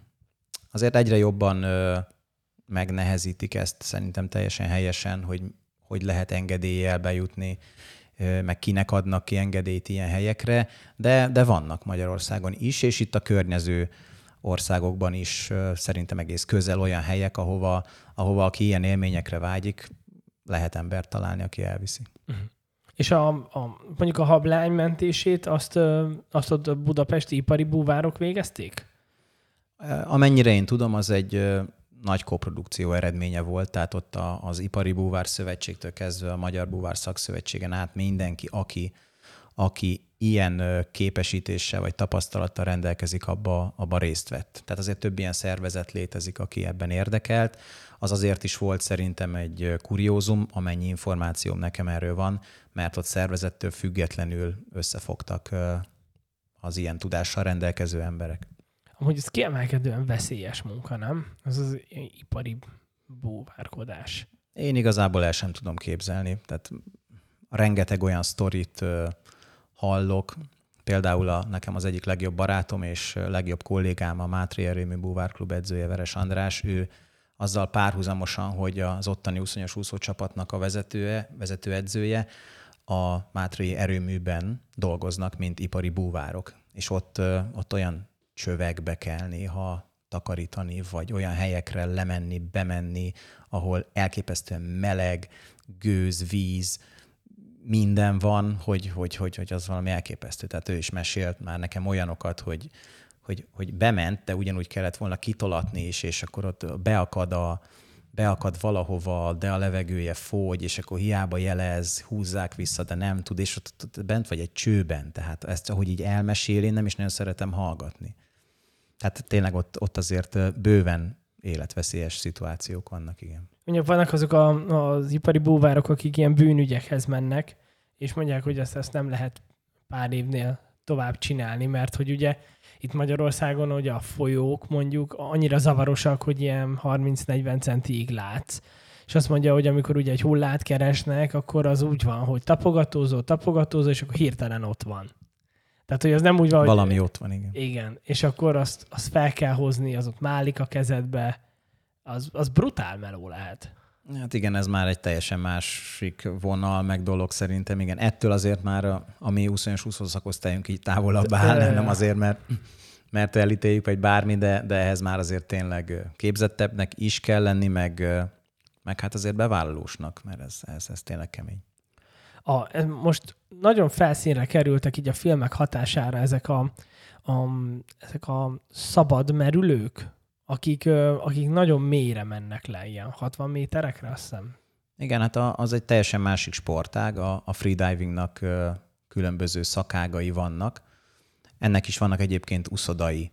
azért egyre jobban ö, megnehezítik ezt, szerintem teljesen helyesen, hogy, hogy lehet engedéllyel bejutni, meg kinek adnak ki engedélyt ilyen helyekre, de, de vannak Magyarországon is, és itt a környező országokban is szerintem egész közel olyan helyek, ahova, ahova aki ilyen élményekre vágyik, lehet embert találni, aki elviszi. Uh-huh. És a, a, mondjuk a hablány mentését azt, azt ott a budapesti ipari búvárok végezték? Amennyire én tudom, az egy nagy koprodukció eredménye volt, tehát ott a, az Ipari Búvár Szövetségtől kezdve a Magyar Búvár Szakszövetségen át mindenki, aki, aki ilyen képesítéssel vagy tapasztalattal rendelkezik, abba, abba részt vett. Tehát azért több ilyen szervezet létezik, aki ebben érdekelt. Az azért is volt szerintem egy kuriózum, amennyi információm nekem erről van, mert ott szervezettől függetlenül összefogtak az ilyen tudással rendelkező emberek. Amúgy ez kiemelkedően veszélyes munka, nem? Ez az ipari búvárkodás. Én igazából el sem tudom képzelni. Tehát rengeteg olyan sztorit uh, hallok. Például a, nekem az egyik legjobb barátom és legjobb kollégám, a Mátrai Erőmű Búvárklub edzője, Veres András, ő azzal párhuzamosan, hogy az ottani uszonyos úszócsapatnak a vezetője, vezetőedzője, a Mátrai Erőműben dolgoznak, mint ipari búvárok. És ott, uh, ott olyan csövekbe kell néha takarítani, vagy olyan helyekre lemenni, bemenni, ahol elképesztően meleg, gőz, víz, minden van, hogy, hogy, hogy, hogy az valami elképesztő. Tehát ő is mesélt már nekem olyanokat, hogy, hogy, hogy bement, de ugyanúgy kellett volna kitolatni is, és akkor ott beakad, a, beakad valahova, de a levegője fogy, és akkor hiába jelez, húzzák vissza, de nem tud, és ott, ott bent vagy egy csőben. Tehát ezt, ahogy így elmesél, én nem is nagyon szeretem hallgatni. Tehát tényleg ott, ott azért bőven életveszélyes szituációk vannak, igen. Mondjuk vannak azok a, az ipari búvárok, akik ilyen bűnügyekhez mennek, és mondják, hogy ezt, ezt nem lehet pár évnél tovább csinálni, mert hogy ugye itt Magyarországon hogy a folyók mondjuk annyira zavarosak, hogy ilyen harminc-negyven centiig látsz. És azt mondja, hogy amikor ugye egy hullát keresnek, akkor az úgy van, hogy tapogatózó, tapogatózó, és akkor hirtelen ott van. Tehát, hogy az nem úgy van, valami hogy... ott van, igen. Igen, és akkor azt, azt fel kell hozni, az ott málik a kezedbe, az, az brutál meló lehet. Hát igen, ez már egy teljesen másik vonal, meg dolog szerintem. Igen, ettől azért már a, a mi uszonyos úszó szakosztályunk így távolabb áll, nem azért, mert, mert elítéljük, vagy bármi, de, de ehhez már azért tényleg képzettebbnek is kell lenni, meg, meg hát azért bevállalósnak, mert ez, ez, ez tényleg kemény. A, most nagyon felszínre kerültek így a filmek hatására ezek a, a, ezek a szabad merülők, akik, akik nagyon mélyre mennek le, ilyen hatvan méterekre, azt hiszem. Igen, hát az egy teljesen másik sportág. A, a freedivingnak különböző szakágai vannak. Ennek is vannak egyébként uszodai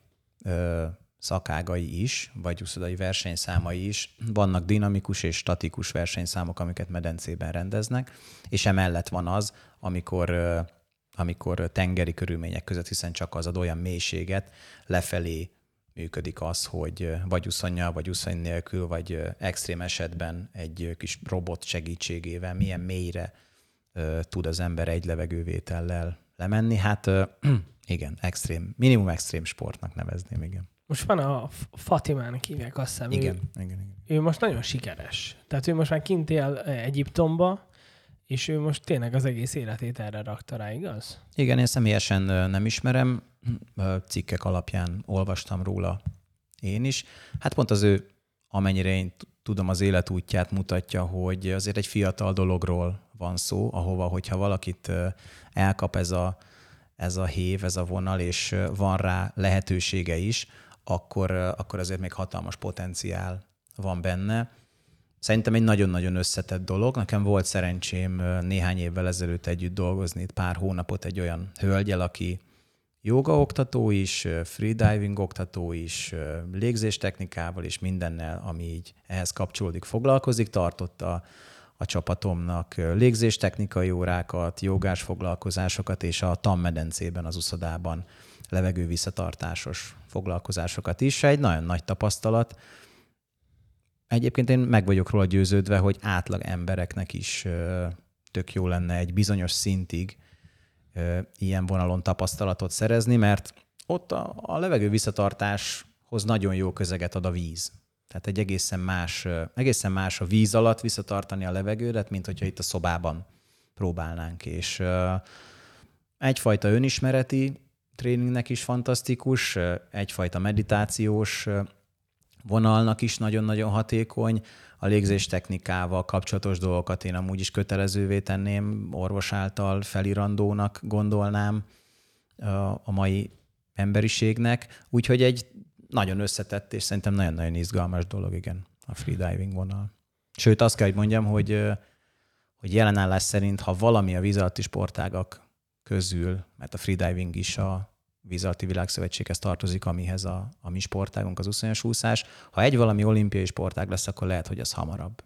szakágai is, vagy uszodai versenyszámai is. Vannak dinamikus és statikus versenyszámok, amiket medencében rendeznek, és emellett van az, amikor, amikor tengeri körülmények között, hiszen csak az ad olyan mélységet, lefelé működik az, hogy vagy uszonnyal, vagy uszony nélkül, vagy extrém esetben egy kis robot segítségével milyen mélyre tud az ember egy levegővétellel lemenni. Hát igen, extrém, minimum extrém sportnak nevezném, igen. Most van a Fatimának hívják, azt hiszem. Igen, ő, igen, igen. Ő most nagyon sikeres. Tehát ő most már kint él Egyiptomba, és ő most tényleg az egész életét erre rakta rá, igaz? Igen, én személyesen nem ismerem, cikkek alapján olvastam róla én is. Hát pont az ő, amennyire én tudom, az életútját mutatja, hogy azért egy fiatal dologról van szó, ahova, hogyha valakit elkap ez a, ez a hév, ez a vonal, és van rá lehetősége is, akkor, akkor azért még hatalmas potenciál van benne. Szerintem egy nagyon-nagyon összetett dolog. Nekem volt szerencsém néhány évvel ezelőtt együtt dolgozni, pár hónapot egy olyan hölgyel, aki jóga oktató is, freediving oktató is, légzéstechnikával és mindennel, ami így ehhez kapcsolódik, foglalkozik. Tartotta a csapatomnak légzéstechnikai órákat, jogás foglalkozásokat, és a tanmedencében, az uszodában levegő visszatartásos foglalkozásokat is. Egy nagyon nagy tapasztalat. Egyébként én meg vagyok róla győződve, hogy átlag embereknek is tök jó lenne egy bizonyos szintig ilyen vonalon tapasztalatot szerezni, mert ott a, a levegő visszatartáshoz nagyon jó közeget ad a víz. Tehát egy egészen más, egészen más a víz alatt visszatartani a levegődet, mint hogyha itt a szobában próbálnánk. És egyfajta önismereti tréningnek is fantasztikus, egyfajta meditációs vonalnak is nagyon-nagyon hatékony. A légzéstechnikával kapcsolatos dolgokat én amúgy is kötelezővé tenném, orvos által felirandónak gondolnám a mai emberiségnek. Úgyhogy egy nagyon összetett és szerintem nagyon-nagyon izgalmas dolog, igen, a freediving vonal. Sőt, azt kell, hogy mondjam, hogy, hogy jelenállás szerint, ha valami a víz alatti sportágak közül, mert a freediving is a víz alatti világszövetséghez tartozik, amihez a, a mi sportágunk, az úszonyos úszás. Ha egy valami olimpiai sportág lesz, akkor lehet, hogy az hamarabb.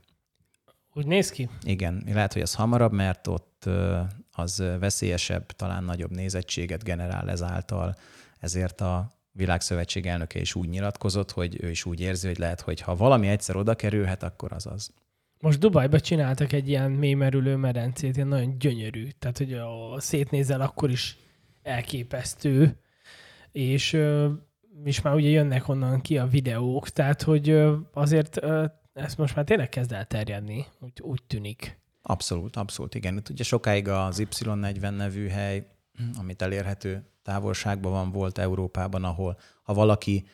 Úgy néz ki? Igen, lehet, hogy az hamarabb, mert ott az veszélyesebb, talán nagyobb nézettséget generál ezáltal. Ezért a világszövetség elnöke is úgy nyilatkozott, hogy ő is úgy érzi, hogy lehet, hogy ha valami egyszer oda kerülhet, akkor az az. Most Dubajban csináltak egy ilyen mélymerülő medencét, ilyen nagyon gyönyörű. Tehát, hogy a szétnézel, akkor is elképesztő. És, és már ugye jönnek onnan ki a videók, tehát, hogy azért ezt most már tényleg kezd el terjedni, úgy, úgy tűnik. Abszolút, abszolút, igen. Itt ugye sokáig az Y negyven nevű hely, amit elérhető távolságban van, volt Európában, ahol ha valaki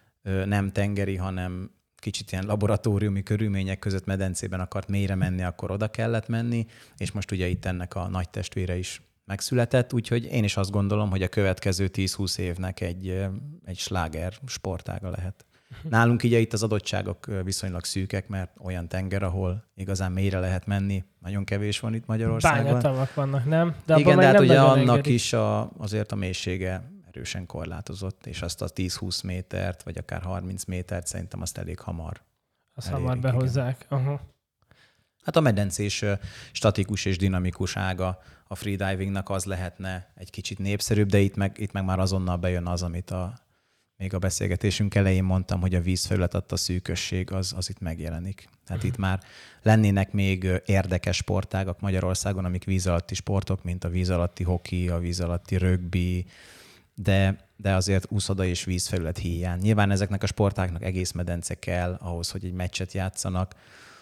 nem tengeri, hanem kicsit ilyen laboratóriumi körülmények között medencében akart mélyre menni, akkor oda kellett menni, és most ugye itt ennek a nagy testvére is megszületett, úgyhogy én is azt gondolom, hogy a következő tíz-húsz évnek egy, egy sláger sportága lehet. Nálunk ugye itt az adottságok viszonylag szűkek, mert olyan tenger, ahol igazán mélyre lehet menni, nagyon kevés van itt Magyarországon. Bányatavak vannak, nem? De igen, de hát ugye annak engedik. is a, azért a mélysége erősen korlátozott, és azt a tíz-húsz métert, vagy akár harminc métert szerintem azt elég hamar Azt hamar behozzák. Uh-huh. Hát a medencés statikus és dinamikus ága a freedivingnak az lehetne egy kicsit népszerűbb, de itt meg, itt meg már azonnal bejön az, amit a, még a beszélgetésünk elején mondtam, hogy a vízfelület adta szűkösség, az, az itt megjelenik. Tehát itt már lennének még érdekes sportágak Magyarországon, amik víz alatti sportok, mint a víz alatti hoki, a víz alatti rögbi, de, de azért úszoda és vízfelület híján. Nyilván ezeknek a sportáknak egész medence kell ahhoz, hogy egy meccset játszanak.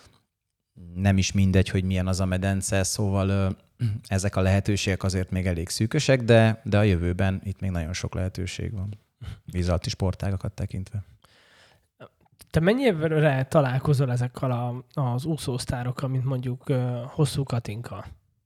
Nem is mindegy, hogy milyen az a medence, szóval ezek a lehetőségek azért még elég szűkösek, de, de a jövőben itt még nagyon sok lehetőség van víz alatti sportágakat tekintve. Te mennyire találkozol ezekkel a, az úszósztárokkal, mint mondjuk uh, Hosszú Katinka?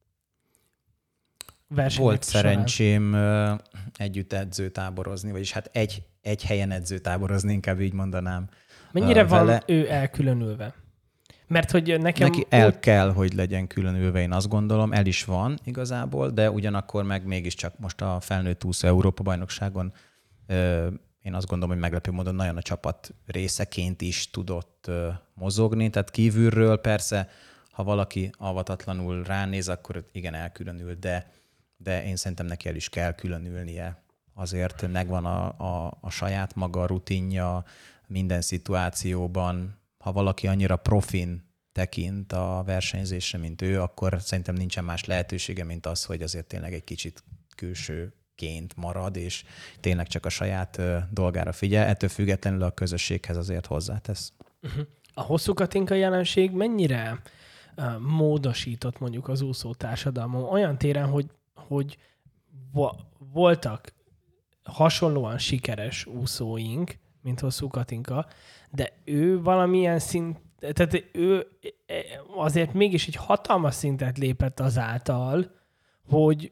Volt szerencsém uh, együtt edzőtáborozni, vagyis hát egy, egy helyen edzőtáborozni, inkább így mondanám. Mennyire uh, van vele. ő elkülönülve? Mert hogy nekem... Neki el úgy... kell, hogy legyen különülve, én azt gondolom, el is van igazából, de ugyanakkor meg mégiscsak most a felnőtt úszó Európa-bajnokságon uh, én azt gondolom, hogy meglepő módon nagyon a csapat részeként is tudott uh, mozogni, tehát kívülről persze, ha valaki avatatlanul ránéz, akkor igen, elkülönül, de, de én szerintem neki el is kell különülnie. Azért megvan a, a, a saját maga rutinja minden szituációban. Ha valaki annyira profin tekint a versenyzésre, mint ő, akkor szerintem nincsen más lehetősége, mint az, hogy azért tényleg egy kicsit külsőként marad, és tényleg csak a saját dolgára figyel. Ettől függetlenül a közösséghez azért hozzátesz. A Hosszú Katinka jelenség mennyire uh, módosított mondjuk az úszó társadalmon? Olyan téren, hogy, hogy vo- voltak hasonlóan sikeres úszóink, mint Hosszú Katinka, de ő valamilyen szint, tehát ő azért mégis egy hatalmas szintet lépett azáltal, hogy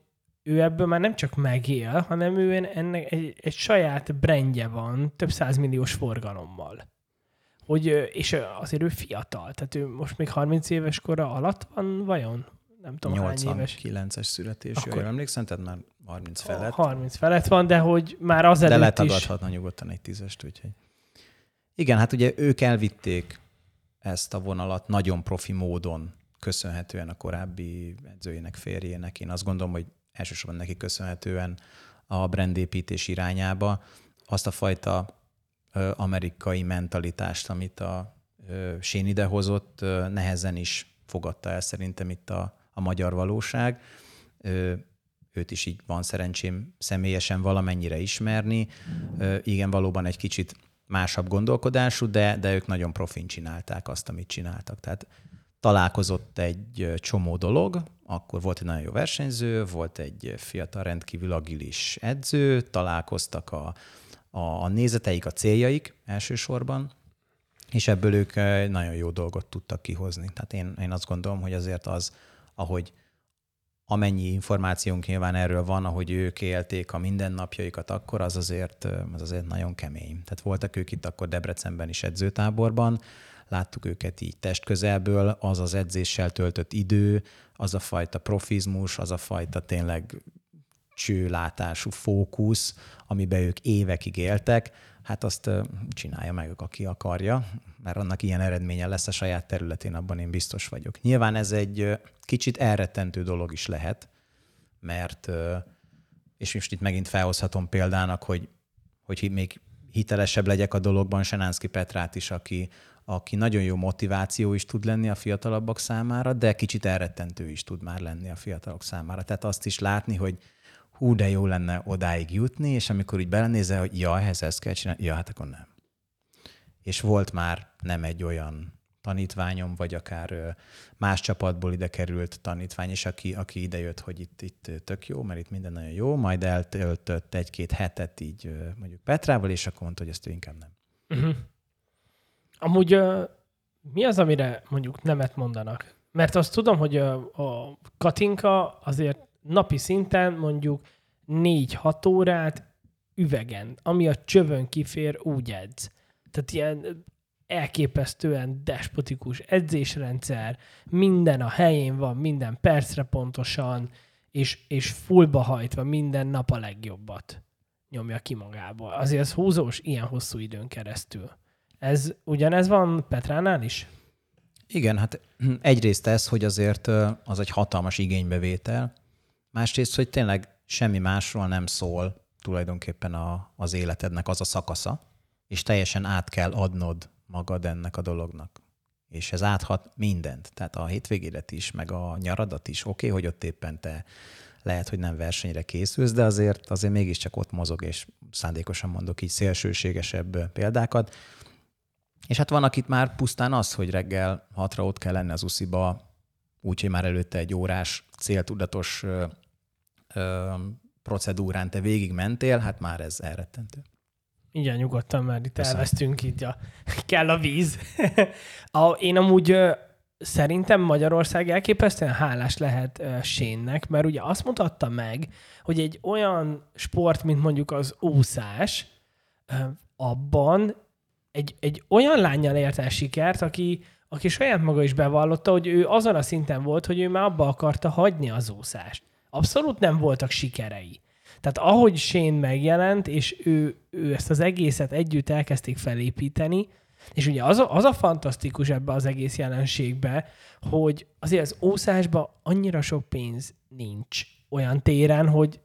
ő ebből már nem csak megél, hanem ő ennek egy, egy saját brandje van, több százmilliós forgalommal. Hogy, és azért ő fiatal, tehát ő most még harminc éves kora alatt van, vajon? Nem tudom, hány éves. nyolcvankilences születésű, jól emlékszem, tehát már harminc felett. harminc felett van, de hogy már az előtt is. De is... letagadhatna nyugodtan egy tízest, úgyhogy... Igen, hát ugye ők elvitték ezt a vonalat nagyon profi módon, köszönhetően a korábbi edzőjének, férjének. Én azt gondolom, hogy elsősorban neki köszönhetően a brandépítés irányába azt a fajta ö, amerikai mentalitást, amit a ö, Shane idehozott, ö, nehezen is fogadta el szerintem itt a, a magyar valóság. Ö, őt is így van szerencsém személyesen valamennyire ismerni. Ö, igen, valóban egy kicsit másabb gondolkodású, de, de ők nagyon profin csinálták azt, amit csináltak. Tehát találkozott egy csomó dolog, akkor volt egy nagyon jó versenyző, volt egy fiatal, rendkívül agilis edző, találkoztak a, a, a nézeteik, a céljaik elsősorban, és ebből ők nagyon jó dolgot tudtak kihozni. Tehát én, én azt gondolom, hogy azért az, ahogy amennyi információnk nyilván erről van, ahogy ők élték a mindennapjaikat akkor, az azért, az azért nagyon kemény. Tehát voltak ők itt akkor Debrecenben is edzőtáborban, láttuk őket így testközelből, az az edzéssel töltött idő, az a fajta profizmus, az a fajta tényleg csőlátású fókusz, amiben ők évekig éltek, hát azt csinálja meg, aki akarja, mert annak ilyen eredménye lesz a saját területén, abban én biztos vagyok. Nyilván ez egy kicsit elrettentő dolog is lehet, mert, és most itt megint felhozhatom példának, hogy, hogy még hitelesebb legyek a dologban, Senánszky Petrát is, aki, aki nagyon jó motiváció is tud lenni a fiatalabbak számára, de kicsit elrettentő is tud már lenni a fiatalok számára. Tehát azt is látni, hogy hú, de jó lenne odáig jutni, és amikor úgy belenézel, hogy ja, ehhez ezt kell csinálni, ja, hát akkor nem. És volt már nem egy olyan tanítványom, vagy akár más csapatból ide került tanítvány is, aki, aki ide jött, hogy itt, itt tök jó, mert itt minden nagyon jó, majd eltöltött egy-két hetet így mondjuk Petrával, és akkor mondta, hogy ezt ő inkább nem. Uh-huh. Amúgy uh, mi az, amire mondjuk nemet mondanak? Mert azt tudom, hogy a, a Katinka azért napi szinten mondjuk négy-hat órát üvegen, ami a csövön kifér, úgy edz. Tehát ilyen elképesztően despotikus edzésrendszer, minden a helyén van, minden percre pontosan, és, és fullba hajtva minden nap a legjobbat nyomja ki magából. Azért ez húzós ilyen hosszú időn keresztül. Ez ugyanez van Petránál is? Igen, hát egyrészt ez, hogy azért az egy hatalmas igénybevétel, másrészt, hogy tényleg semmi másról nem szól tulajdonképpen a, az életednek az a szakasza, és teljesen át kell adnod magad ennek a dolognak. És ez áthat mindent. Tehát a hétvégédet is, meg a nyaradat is. Oké, okay, hogy ott éppen te lehet, hogy nem versenyre készülsz, de azért, azért mégiscsak ott mozog, és szándékosan mondok így szélsőségesebb példákat. És hát van, akit már pusztán az, hogy reggel hatra ott kell lenni az usziba, úgyhogy már előtte egy órás céltudatos ö, ö, procedúrán te végig mentél, hát már ez elrettentő. Igen, nyugodtan, mert itt elvesztünk, így a, kell a víz. a, én amúgy ö, szerintem Magyarország elképesztően hálás lehet ö, Shane-nek, mert ugye azt mutatta meg, hogy egy olyan sport, mint mondjuk az úszás, ö, abban egy, egy olyan lánnyal ért el sikert, aki, aki saját maga is bevallotta, hogy ő azon a szinten volt, hogy ő már abba akarta hagyni az úszást. Abszolút nem voltak sikerei. Tehát ahogy Shane megjelent, és ő, ő ezt az egészet együtt elkezdték felépíteni, és ugye az a, az a fantasztikus ebbe az egész jelenségbe, hogy azért az úszásban annyira sok pénz nincs olyan téren, hogy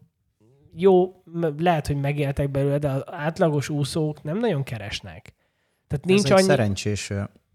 jó, lehet, hogy megéltek belőle, de az átlagos úszók nem nagyon keresnek. Tehát nincs Ez annyi... egy szerencsés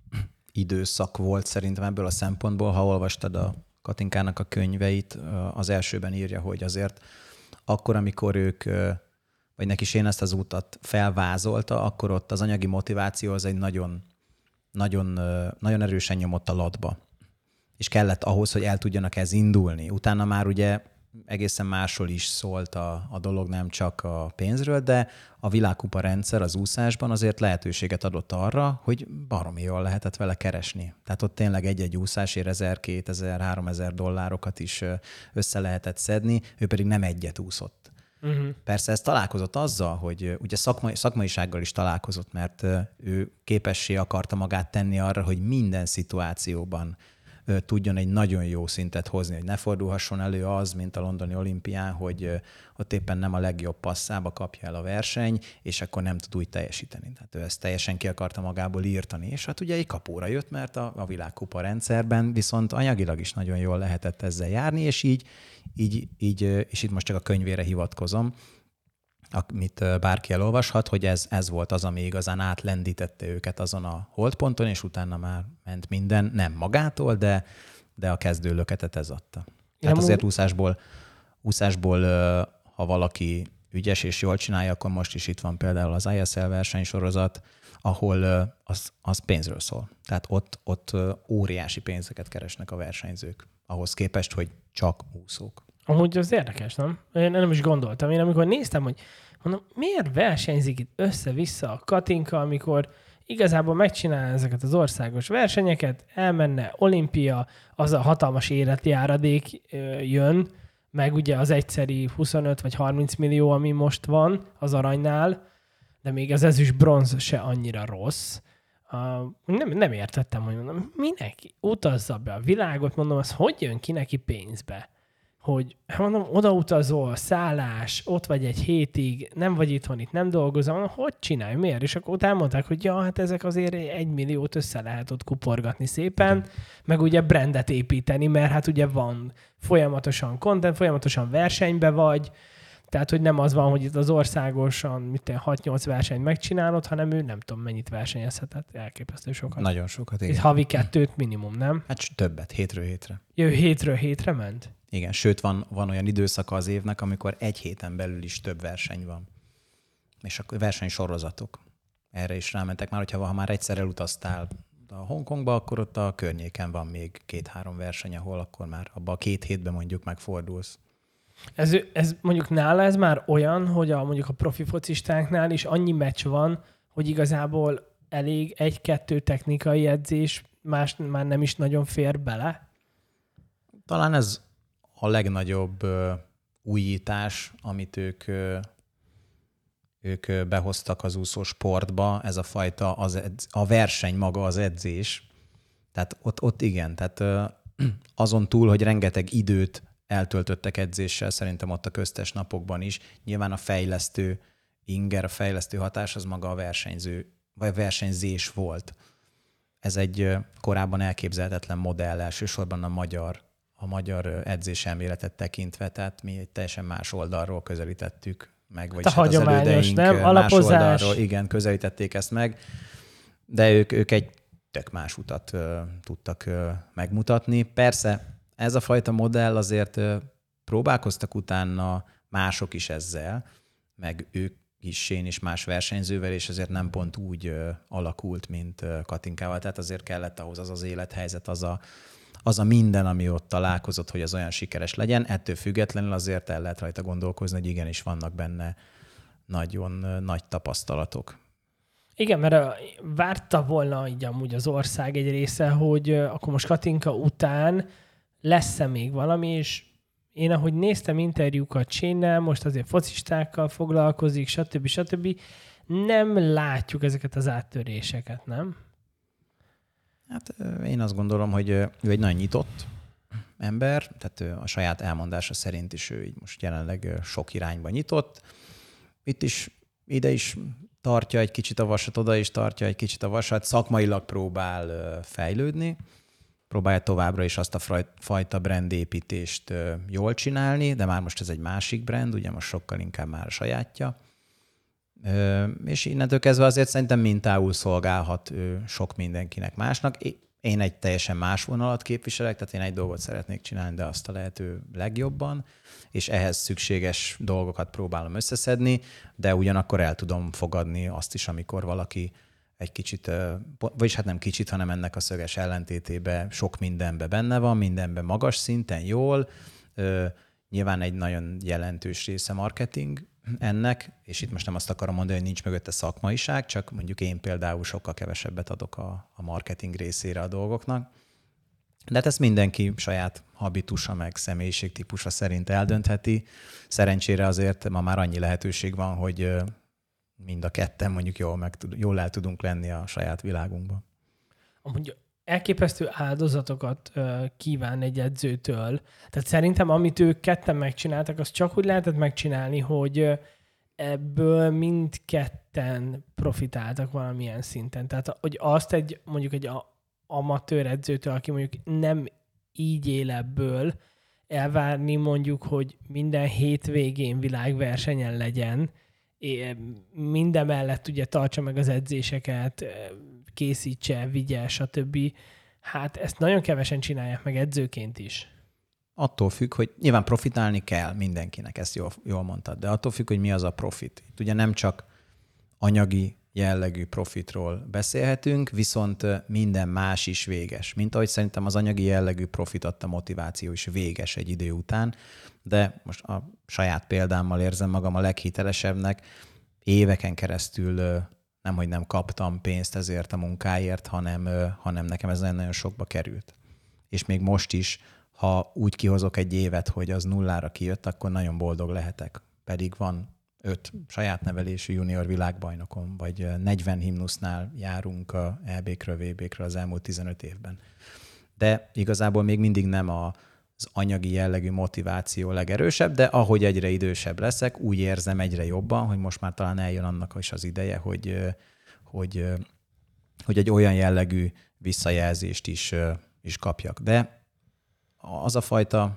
időszak volt szerintem ebből a szempontból, ha olvastad a Katinkának a könyveit, az elsőben írja, hogy azért akkor, amikor ők, vagy neki Shane ezt az útat felvázolta, akkor ott az anyagi motiváció az egy nagyon, nagyon, nagyon erősen nyomott a latba. És kellett ahhoz, hogy el tudjanak ez indulni. Utána már ugye egészen másról is szólt a, a dolog, nem csak a pénzről, de a világkupa rendszer az úszásban azért lehetőséget adott arra, hogy baromi jól lehetett vele keresni. Tehát ott tényleg egy-egy úszásért ezer, kétezer, háromezer dollárokat is össze lehetett szedni, ő pedig nem egyet úszott. Uh-huh. Persze ez találkozott azzal, hogy ugye szakmai, szakmaisággal is találkozott, mert ő képessé akarta magát tenni arra, hogy minden szituációban tudjon egy nagyon jó szintet hozni, hogy ne fordulhasson elő az, mint a londoni olimpián, hogy ott éppen nem a legjobb passzába kapja el a verseny, és akkor nem tud úgy teljesíteni. Tehát ő ezt teljesen ki akarta magából írtani, és hát ugye egy kapóra jött, mert a, a világkupa rendszerben viszont anyagilag is nagyon jól lehetett ezzel járni, és így, így, így és itt most csak a könyvére hivatkozom, amit bárki elolvashat, hogy ez, ez volt az, ami igazán átlendítette őket azon a holdponton, és utána már ment minden, nem magától, de, de a kezdőlöketet ez adta. Tehát azért úszásból, úszásból, ha valaki ügyes és jól csinálja, akkor most is itt van például az I S L versenysorozat, ahol az, az pénzről szól. Tehát ott, ott óriási pénzeket keresnek a versenyzők, ahhoz képest, hogy csak úszók. Amúgy az érdekes, nem? Én nem is gondoltam. Én amikor néztem, hogy mondom, miért versenyzik itt össze-vissza a Katinka, amikor igazából megcsinálna ezeket az országos versenyeket, elmenne olimpia, az a hatalmas életjáradék jön, meg ugye az egyszeri huszonöt vagy harminc millió, ami most van az aranynál, de még az ezüst bronz se annyira rossz. Uh, nem, nem értettem, hogy mondom, minek utazza be a világot, mondom, az hogy jön ki neki pénzbe? Hogy mondom, odautazol, szállás, ott vagy egy hétig, nem vagy itthon, itt nem dolgozom, mondom, hogy csinálj, miért? És akkor utána mondták, hogy ja, hát ezek azért egy milliót össze lehet ott kuporgatni szépen, okay. Meg ugye brandet építeni, mert hát ugye van folyamatosan content, folyamatosan versenybe vagy, tehát, hogy nem az van, hogy itt az országosan mit hat-nyolc versenyt megcsinálod, hanem ő nem tudom mennyit versenyezhetett, elképesztő sokat. Nagyon sokat, igen. Itt havi kettőt minimum, nem? Hát többet, hétről hétre. Jó, hétről hétre ment? Igen, sőt van, van olyan időszaka az évnek, amikor egy héten belül is több verseny van. És a versenysorozatok. Erre is rámentek már, hogyha ha már egyszer elutaztál a Hongkongba, akkor ott a környéken van még két-három verseny, ahol akkor már abban a két hétben mondjuk megfordulsz. Ez, ez mondjuk nála ez már olyan, hogy a, mondjuk a profi focistáknál is annyi meccs van, hogy igazából elég egy-kettő technikai edzés, más már nem is nagyon fér bele? Talán ez a legnagyobb ö, újítás, amit ők, ö, ők behoztak az úszó sportba, ez a fajta, az edz, a verseny maga az edzés. Tehát ott, ott igen, tehát ö, azon túl, hogy rengeteg időt eltöltöttek edzéssel, szerintem ott a köztes napokban is. Nyilván a fejlesztő inger, a fejlesztő hatás az maga a versenyző, vagy a versenyzés volt. Ez egy korábban elképzelhetetlen modell, elsősorban a magyar, a magyar edzéselméletet tekintve, tehát mi egy teljesen más oldalról közelítettük meg, vagyis hát az elődeink nem? más Alapozás. Oldalról, igen, közelítették ezt meg, de ők, ők egy tök más utat uh, tudtak uh, megmutatni. Persze ez a fajta modell azért próbálkoztak utána mások is ezzel, meg ők is, én is más versenyzővel, és azért nem pont úgy alakult, mint Katinkával. Tehát azért kellett ahhoz az az élethelyzet, az a, az a minden, ami ott találkozott, hogy az olyan sikeres legyen. Ettől függetlenül azért el lehet rajta gondolkozni, hogy igenis vannak benne nagyon nagy tapasztalatok. Igen, mert várta volna így amúgy az ország egy része, hogy akkor most Katinka után lesz-e még valami, és én ahogy néztem interjúkat Shane-nel, most azért focistákkal foglalkozik, stb. stb. Nem látjuk ezeket az áttöréseket, nem? Hát én azt gondolom, hogy ő egy nagyon nyitott ember, tehát a saját elmondása szerint is ő így most jelenleg sok irányba nyitott. Itt is, ide is tartja egy kicsit a vasat, oda is tartja egy kicsit a vasat, szakmailag próbál fejlődni, próbálja továbbra is azt a fajta brandépítést jól csinálni, de már most ez egy másik brand, ugye most sokkal inkább már a sajátja. És innentől kezdve azért szerintem mintául szolgálhat sok mindenkinek másnak. Én egy teljesen más vonalat képviselek, tehát én egy dolgot szeretnék csinálni, de azt a lehető legjobban, és ehhez szükséges dolgokat próbálom összeszedni, de ugyanakkor el tudom fogadni azt is, amikor valaki egy kicsit, vagyis hát nem kicsit, hanem ennek a szöges ellentétébe sok mindenben benne van, mindenben magas szinten, jól. Nyilván egy nagyon jelentős része marketing ennek, és itt most nem azt akarom mondani, hogy nincs mögötte szakmaiság, csak mondjuk én például sokkal kevesebbet adok a, a marketing részére a dolgoknak. De hát ezt mindenki saját habitusa meg személyiségtípusa szerint eldöntheti. Szerencsére azért ma már annyi lehetőség van, hogy mind a ketten mondjuk jól, meg, jól el tudunk lenni a saját világunkban. Amúgy elképesztő áldozatokat uh, kíván egy edzőtől. Tehát szerintem, amit ők ketten megcsináltak, azt csak úgy lehetett megcsinálni, hogy uh, ebből mindketten profitáltak valamilyen szinten. Tehát, hogy azt egy mondjuk egy amatőr edzőtől, aki mondjuk nem így él ebből, elvárni mondjuk, hogy minden hétvégén világversenyen legyen, minden mellett ugye tartsa meg az edzéseket, készítse, vigye, stb. Hát ezt nagyon kevesen csinálják meg edzőként is. Attól függ, hogy nyilván profitálni kell mindenkinek, ezt jól, jól mondtad, de attól függ, hogy mi az a profit. Itt ugye nem csak anyagi jellegű profitról beszélhetünk, viszont minden más is véges. Mint ahogy szerintem az anyagi jellegű profit adta motiváció is véges egy idő után, de most a saját példámmal érzem magam a leghitelesebbnek. Éveken keresztül nemhogy nem kaptam pénzt ezért a munkáért, hanem, hanem nekem ez nagyon-nagyon sokba került. És még most is, ha úgy kihozok egy évet, hogy az nullára kijött, akkor nagyon boldog lehetek. Pedig van öt saját nevelésű junior világbajnokon, vagy negyven himnusznál járunk a é bé-kről, vé bé-kről az elmúlt tizenöt évben. De igazából még mindig nem a az anyagi jellegű motiváció legerősebb, de ahogy egyre idősebb leszek, úgy érzem egyre jobban, hogy most már talán eljön annak is az ideje, hogy, hogy, hogy egy olyan jellegű visszajelzést is, is kapjak. De az a fajta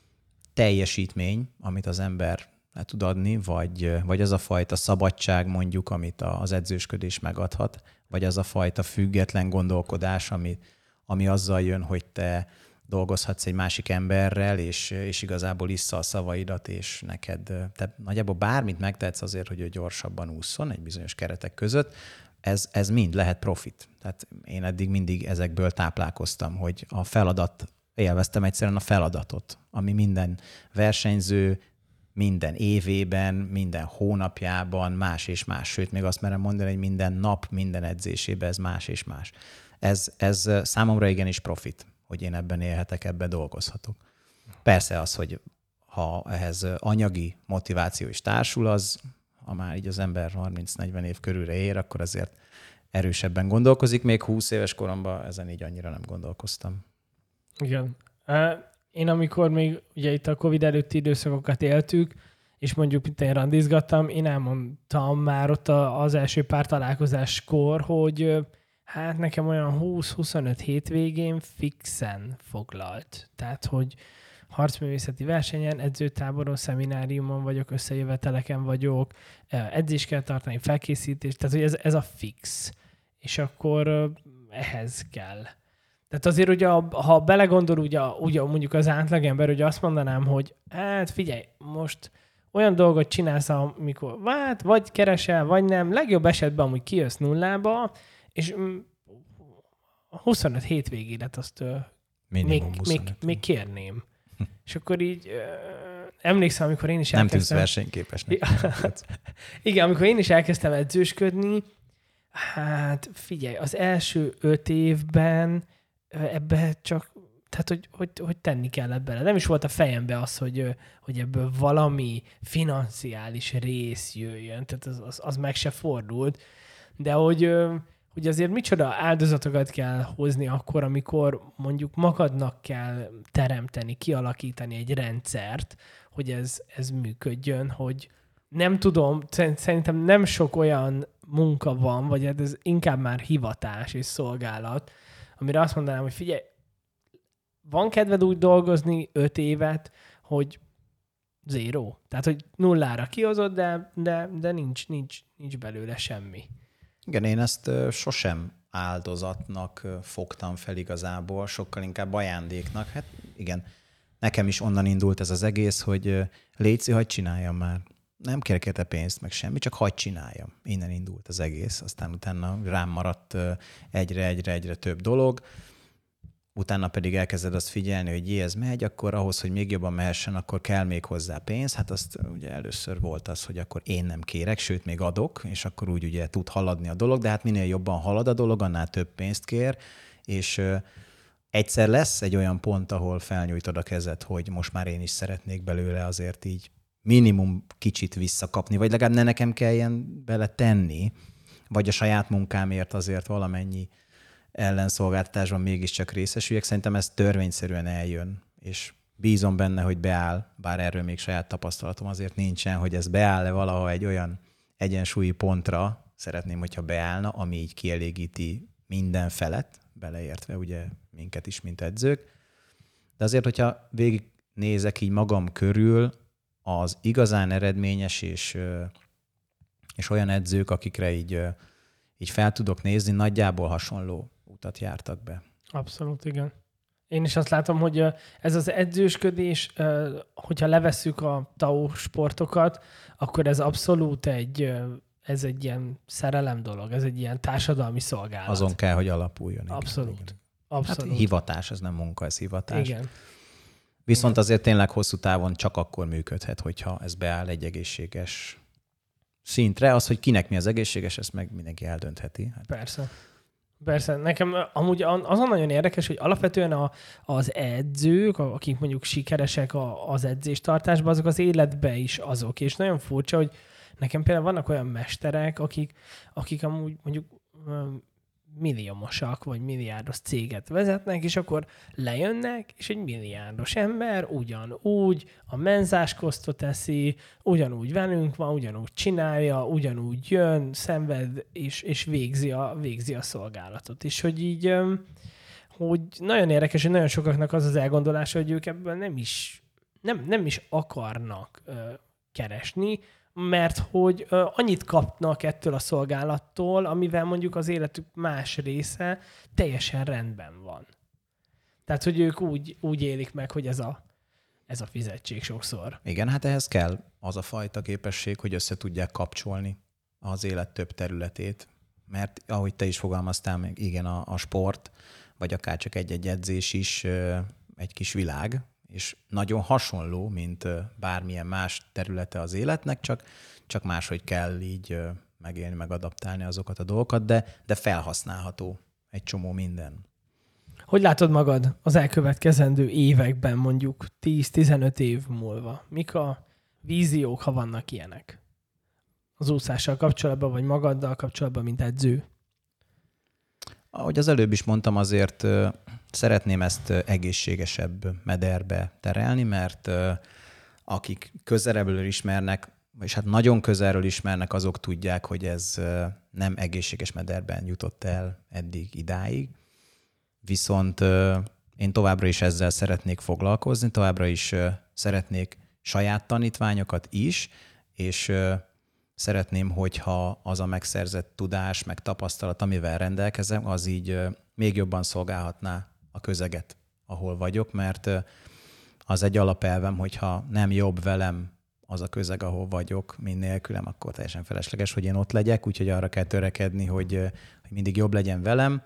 teljesítmény, amit az ember le tud adni, vagy, vagy az a fajta szabadság mondjuk, amit az edzősködés megadhat, vagy az a fajta független gondolkodás, ami, ami azzal jön, hogy te dolgozhatsz egy másik emberrel, és, és igazából issza a szavaidat, és neked te nagyjából bármit megtehetsz azért, hogy ő gyorsabban ússzon egy bizonyos keretek között, ez, ez mind lehet profit. Tehát én eddig mindig ezekből táplálkoztam, hogy a feladat, élveztem egyszerűen a feladatot, ami minden versenyző, minden évében, minden hónapjában más és más, sőt, még azt merem mondani, hogy minden nap, minden edzésében ez más és más. Ez, ez számomra igenis profit, hogy én ebben élhetek, ebben dolgozhatok. Persze az, hogy ha ehhez anyagi motiváció is társul, az, ha már így az ember harminc-negyven év körülre ér, akkor azért erősebben gondolkozik. Még húsz éves koromban ezen így annyira nem gondolkoztam. Igen. Én amikor még ugye itt a Covid előtti időszakokat éltük, és mondjuk itt én randizgattam, én elmondtam már ott az első pár találkozáskor, hogy hát nekem olyan húsz-huszonöt hétvégén fixen foglalt. Tehát, hogy harcművészeti versenyen, edzőtáboron, szemináriumon vagyok, összejöveteleken vagyok, edzést kell tartani, felkészítés, tehát hogy ez, ez a fix. És akkor ehhez kell. Tehát azért ugye, ha belegondol, ugye, ugye mondjuk az átlagember, ugye azt mondanám, hogy hát figyelj, most olyan dolgot csinálsz, amikor hát, vagy keresel, vagy nem, legjobb esetben amúgy kijössz nullába, és huszonöt hétvégédet azt még, még, még kérném. És akkor így emlékszem, amikor én is elkezdtem... Nem tűnsz versenyképesnek. Igen, amikor én is elkezdtem edzősködni, hát figyelj, az első öt évben ebbe csak, tehát hogy, hogy, hogy tenni kellett bele. Nem is volt a fejembe az, hogy, hogy ebből valami financiális rész jöjjön, tehát az, az, az meg se fordult. De hogy, hogy azért micsoda áldozatokat kell hozni akkor, amikor mondjuk magadnak kell teremteni, kialakítani egy rendszert, hogy ez, ez működjön, hogy nem tudom, szerintem nem sok olyan munka van, vagy ez inkább már hivatás és szolgálat, amire azt mondanám, hogy figyelj, van kedved úgy dolgozni öt évet, hogy zéró. Tehát, hogy nullára kihozod, de, de, de nincs, nincs, nincs belőle semmi. Igen, én ezt sosem áldozatnak fogtam fel igazából, sokkal inkább ajándéknak. Hát igen, nekem is onnan indult ez az egész, hogy léci, hagyd csináljam már. Nem kérek érte pénzt, meg semmi, csak hagyd csináljam. Innen indult az egész, aztán utána rám maradt egyre-egyre-egyre több dolog. utána pedig elkezded azt figyelni, hogy jé, ez megy, akkor ahhoz, hogy még jobban mehessen, akkor kell még hozzá pénz. Hát azt ugye először volt az, hogy akkor én nem kérek, sőt még adok, és akkor úgy ugye tud haladni a dolog, de hát minél jobban halad a dolog, annál több pénzt kér, és ö, egyszer lesz egy olyan pont, ahol felnyújtod a kezed, hogy most már én is szeretnék belőle azért így minimum kicsit visszakapni, vagy legalább ne nekem kelljen bele tenni, vagy a saját munkámért azért valamennyi ellenszolgáltatásban mégiscsak részesüljek. Szerintem ez törvényszerűen eljön, és bízom benne, hogy beáll, bár erről még saját tapasztalatom azért nincsen, hogy ez beáll-e valaha egy olyan egyensúlyi pontra, szeretném, hogyha beállna, ami így kielégíti minden felet, beleértve ugye minket is, mint edzők. De azért, hogyha végignézek így magam körül, az igazán eredményes és, és olyan edzők, akikre így, így fel tudok nézni, nagyjából hasonló utat jártak be. Abszolút, igen. Én is azt látom, hogy ez az edzősködés, hogyha levesszük a tau sportokat, akkor ez abszolút egy, ez egy ilyen szerelem dolog, ez egy ilyen társadalmi szolgálat. Azon kell, hogy alapuljon. Abszolút. Igen. Abszolút. Hát hivatás, ez nem munka, ez hivatás. Igen. Viszont azért tényleg hosszú távon csak akkor működhet, hogyha ez beáll egy egészséges szintre. Az, hogy kinek mi az egészséges, ezt meg mindenki eldöntheti. Hát. Persze. Persze. Nekem amúgy azon nagyon érdekes, hogy alapvetően a, az edzők, akik mondjuk sikeresek az edzéstartásban, azok az életben is azok. És nagyon furcsa, hogy nekem például vannak olyan mesterek, akik, akik amúgy mondjuk milliómosak, vagy milliárdos céget vezetnek, és akkor lejönnek, és egy milliárdos ember ugyanúgy a menzás kosztot eszi, ugyanúgy velünk van, ugyanúgy csinálja, ugyanúgy jön, szenved, és, és végzi, a, végzi a szolgálatot. És hogy így, hogy nagyon érdekes, hogy nagyon sokaknak az az elgondolása, hogy ők ebből nem is, nem, nem is akarnak keresni, mert hogy uh, annyit kapnak ettől a szolgálattól, amivel mondjuk az életük más része teljesen rendben van. Tehát, hogy ők úgy, úgy élik meg, hogy ez a, ez a fizetség sokszor. Igen, hát ehhez kell az a fajta képesség, hogy össze tudják kapcsolni az élet több területét. Mert ahogy te is fogalmaztál, meg igen, a, a sport, vagy akár csak egy-egy edzés is uh, egy kis világ, és nagyon hasonló, mint bármilyen más területe az életnek, csak, csak máshogy kell így megélni, meg adaptálni azokat a dolgokat, de, de felhasználható egy csomó minden. Hogy látod magad az elkövetkezendő években, mondjuk tíz-tizenöt év múlva? Mik a víziók, ha vannak ilyenek? Az úszással kapcsolatban, vagy magaddal kapcsolatban, mint edző? Ahogy az előbb is mondtam, azért szeretném ezt egészségesebb mederbe terelni, mert akik közelebbről ismernek, és hát nagyon közelről ismernek, azok tudják, hogy ez nem egészséges mederben jutott el eddig idáig. Viszont én továbbra is ezzel szeretnék foglalkozni, továbbra is szeretnék saját tanítványokat is, és szeretném, hogyha az a megszerzett tudás, meg tapasztalat, amivel rendelkezem, az így még jobban szolgálhatná a közeget, ahol vagyok, mert az egy alapelvem, hogyha nem jobb velem az a közeg, ahol vagyok, mint nélkülem, akkor teljesen felesleges, hogy én ott legyek, úgyhogy arra kell törekedni, hogy, hogy mindig jobb legyen velem.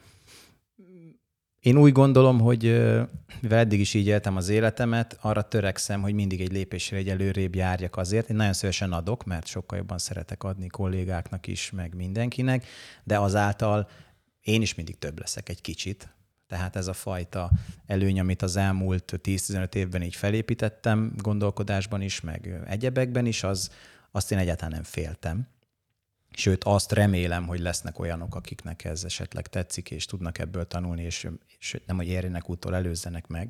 Én úgy gondolom, hogy mivel eddig is így éltem az életemet, arra törekszem, hogy mindig egy lépésre egy előrébb járjak azért. Én nagyon szívesen adok, mert sokkal jobban szeretek adni kollégáknak is, meg mindenkinek, de azáltal én is mindig több leszek egy kicsit. Tehát ez a fajta előny, amit az elmúlt tíz-tizenöt évben így felépítettem, gondolkodásban is, meg egyebekben is, az, azt én egyáltalán nem féltem. Sőt, azt remélem, hogy lesznek olyanok, akiknek ez esetleg tetszik, és tudnak ebből tanulni, és, és nem, hogy érjenek úttól, előzzenek meg.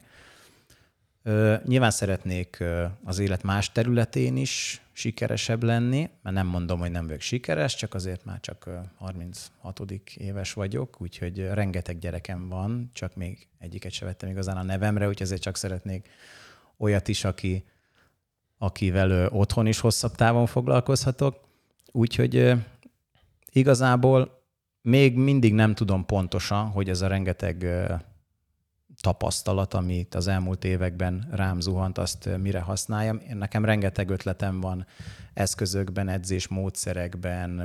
Ö, nyilván szeretnék az élet más területén is sikeresebb lenni, mert nem mondom, hogy nem vagyok sikeres, csak azért már csak harminchatodik éves vagyok, úgyhogy rengeteg gyerekem van, csak még egyiket se vettem igazán a nevemre, úgyhogy ezért csak szeretnék olyat is, aki, akivel otthon is hosszabb távon foglalkozhatok. Úgyhogy igazából még mindig nem tudom pontosan, hogy ez a rengeteg tapasztalat, amit az elmúlt években rám zuhant, azt mire használjam. Nekem rengeteg ötletem van eszközökben, edzésmódszerekben,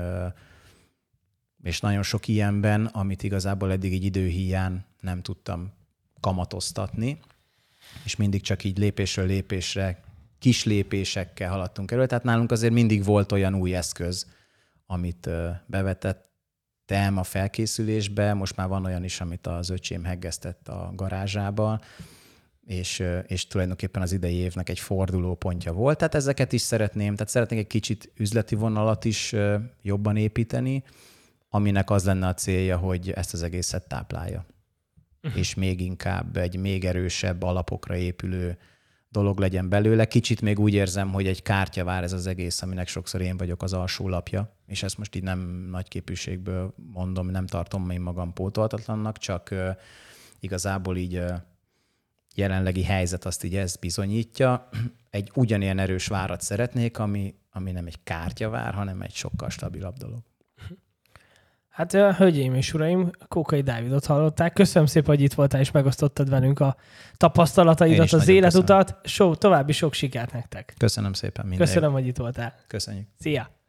és nagyon sok ilyenben, amit igazából eddig így időhíján nem tudtam kamatoztatni, és mindig csak így lépésről lépésre, kis lépésekkel haladtunk elő. Tehát nálunk azért mindig volt olyan új eszköz, amit bevetettem a felkészülésbe, most már van olyan is, amit az öcsém heggeztett a garázsába, és, és tulajdonképpen az idei évnek egy fordulópontja volt. Tehát ezeket is szeretném, tehát szeretnék egy kicsit üzleti vonalat is jobban építeni, aminek az lenne a célja, hogy ezt az egészet táplálja. Uh-huh. És még inkább egy még erősebb alapokra épülő dolog legyen belőle. Kicsit még úgy érzem, hogy egy kártya vár ez az egész, aminek sokszor én vagyok az alsó lapja, és ezt most így nem nagy képűségből mondom, nem tartom én magam pótoltatlannak, csak uh, igazából így uh, jelenlegi helyzet azt így ezt bizonyítja. Egy ugyanilyen erős várat szeretnék, ami, ami nem egy kártyavár, hanem egy sokkal stabilabb dolog. Hát, hölgyeim és uraim, Kókai Dávidot hallották. Köszönöm szépen, hogy itt voltál és megosztottad velünk a tapasztalataidat, az életutat. So, további sok sikert nektek. Köszönöm szépen mindenért. Köszönöm, hogy itt voltál. Köszönjük. Szia!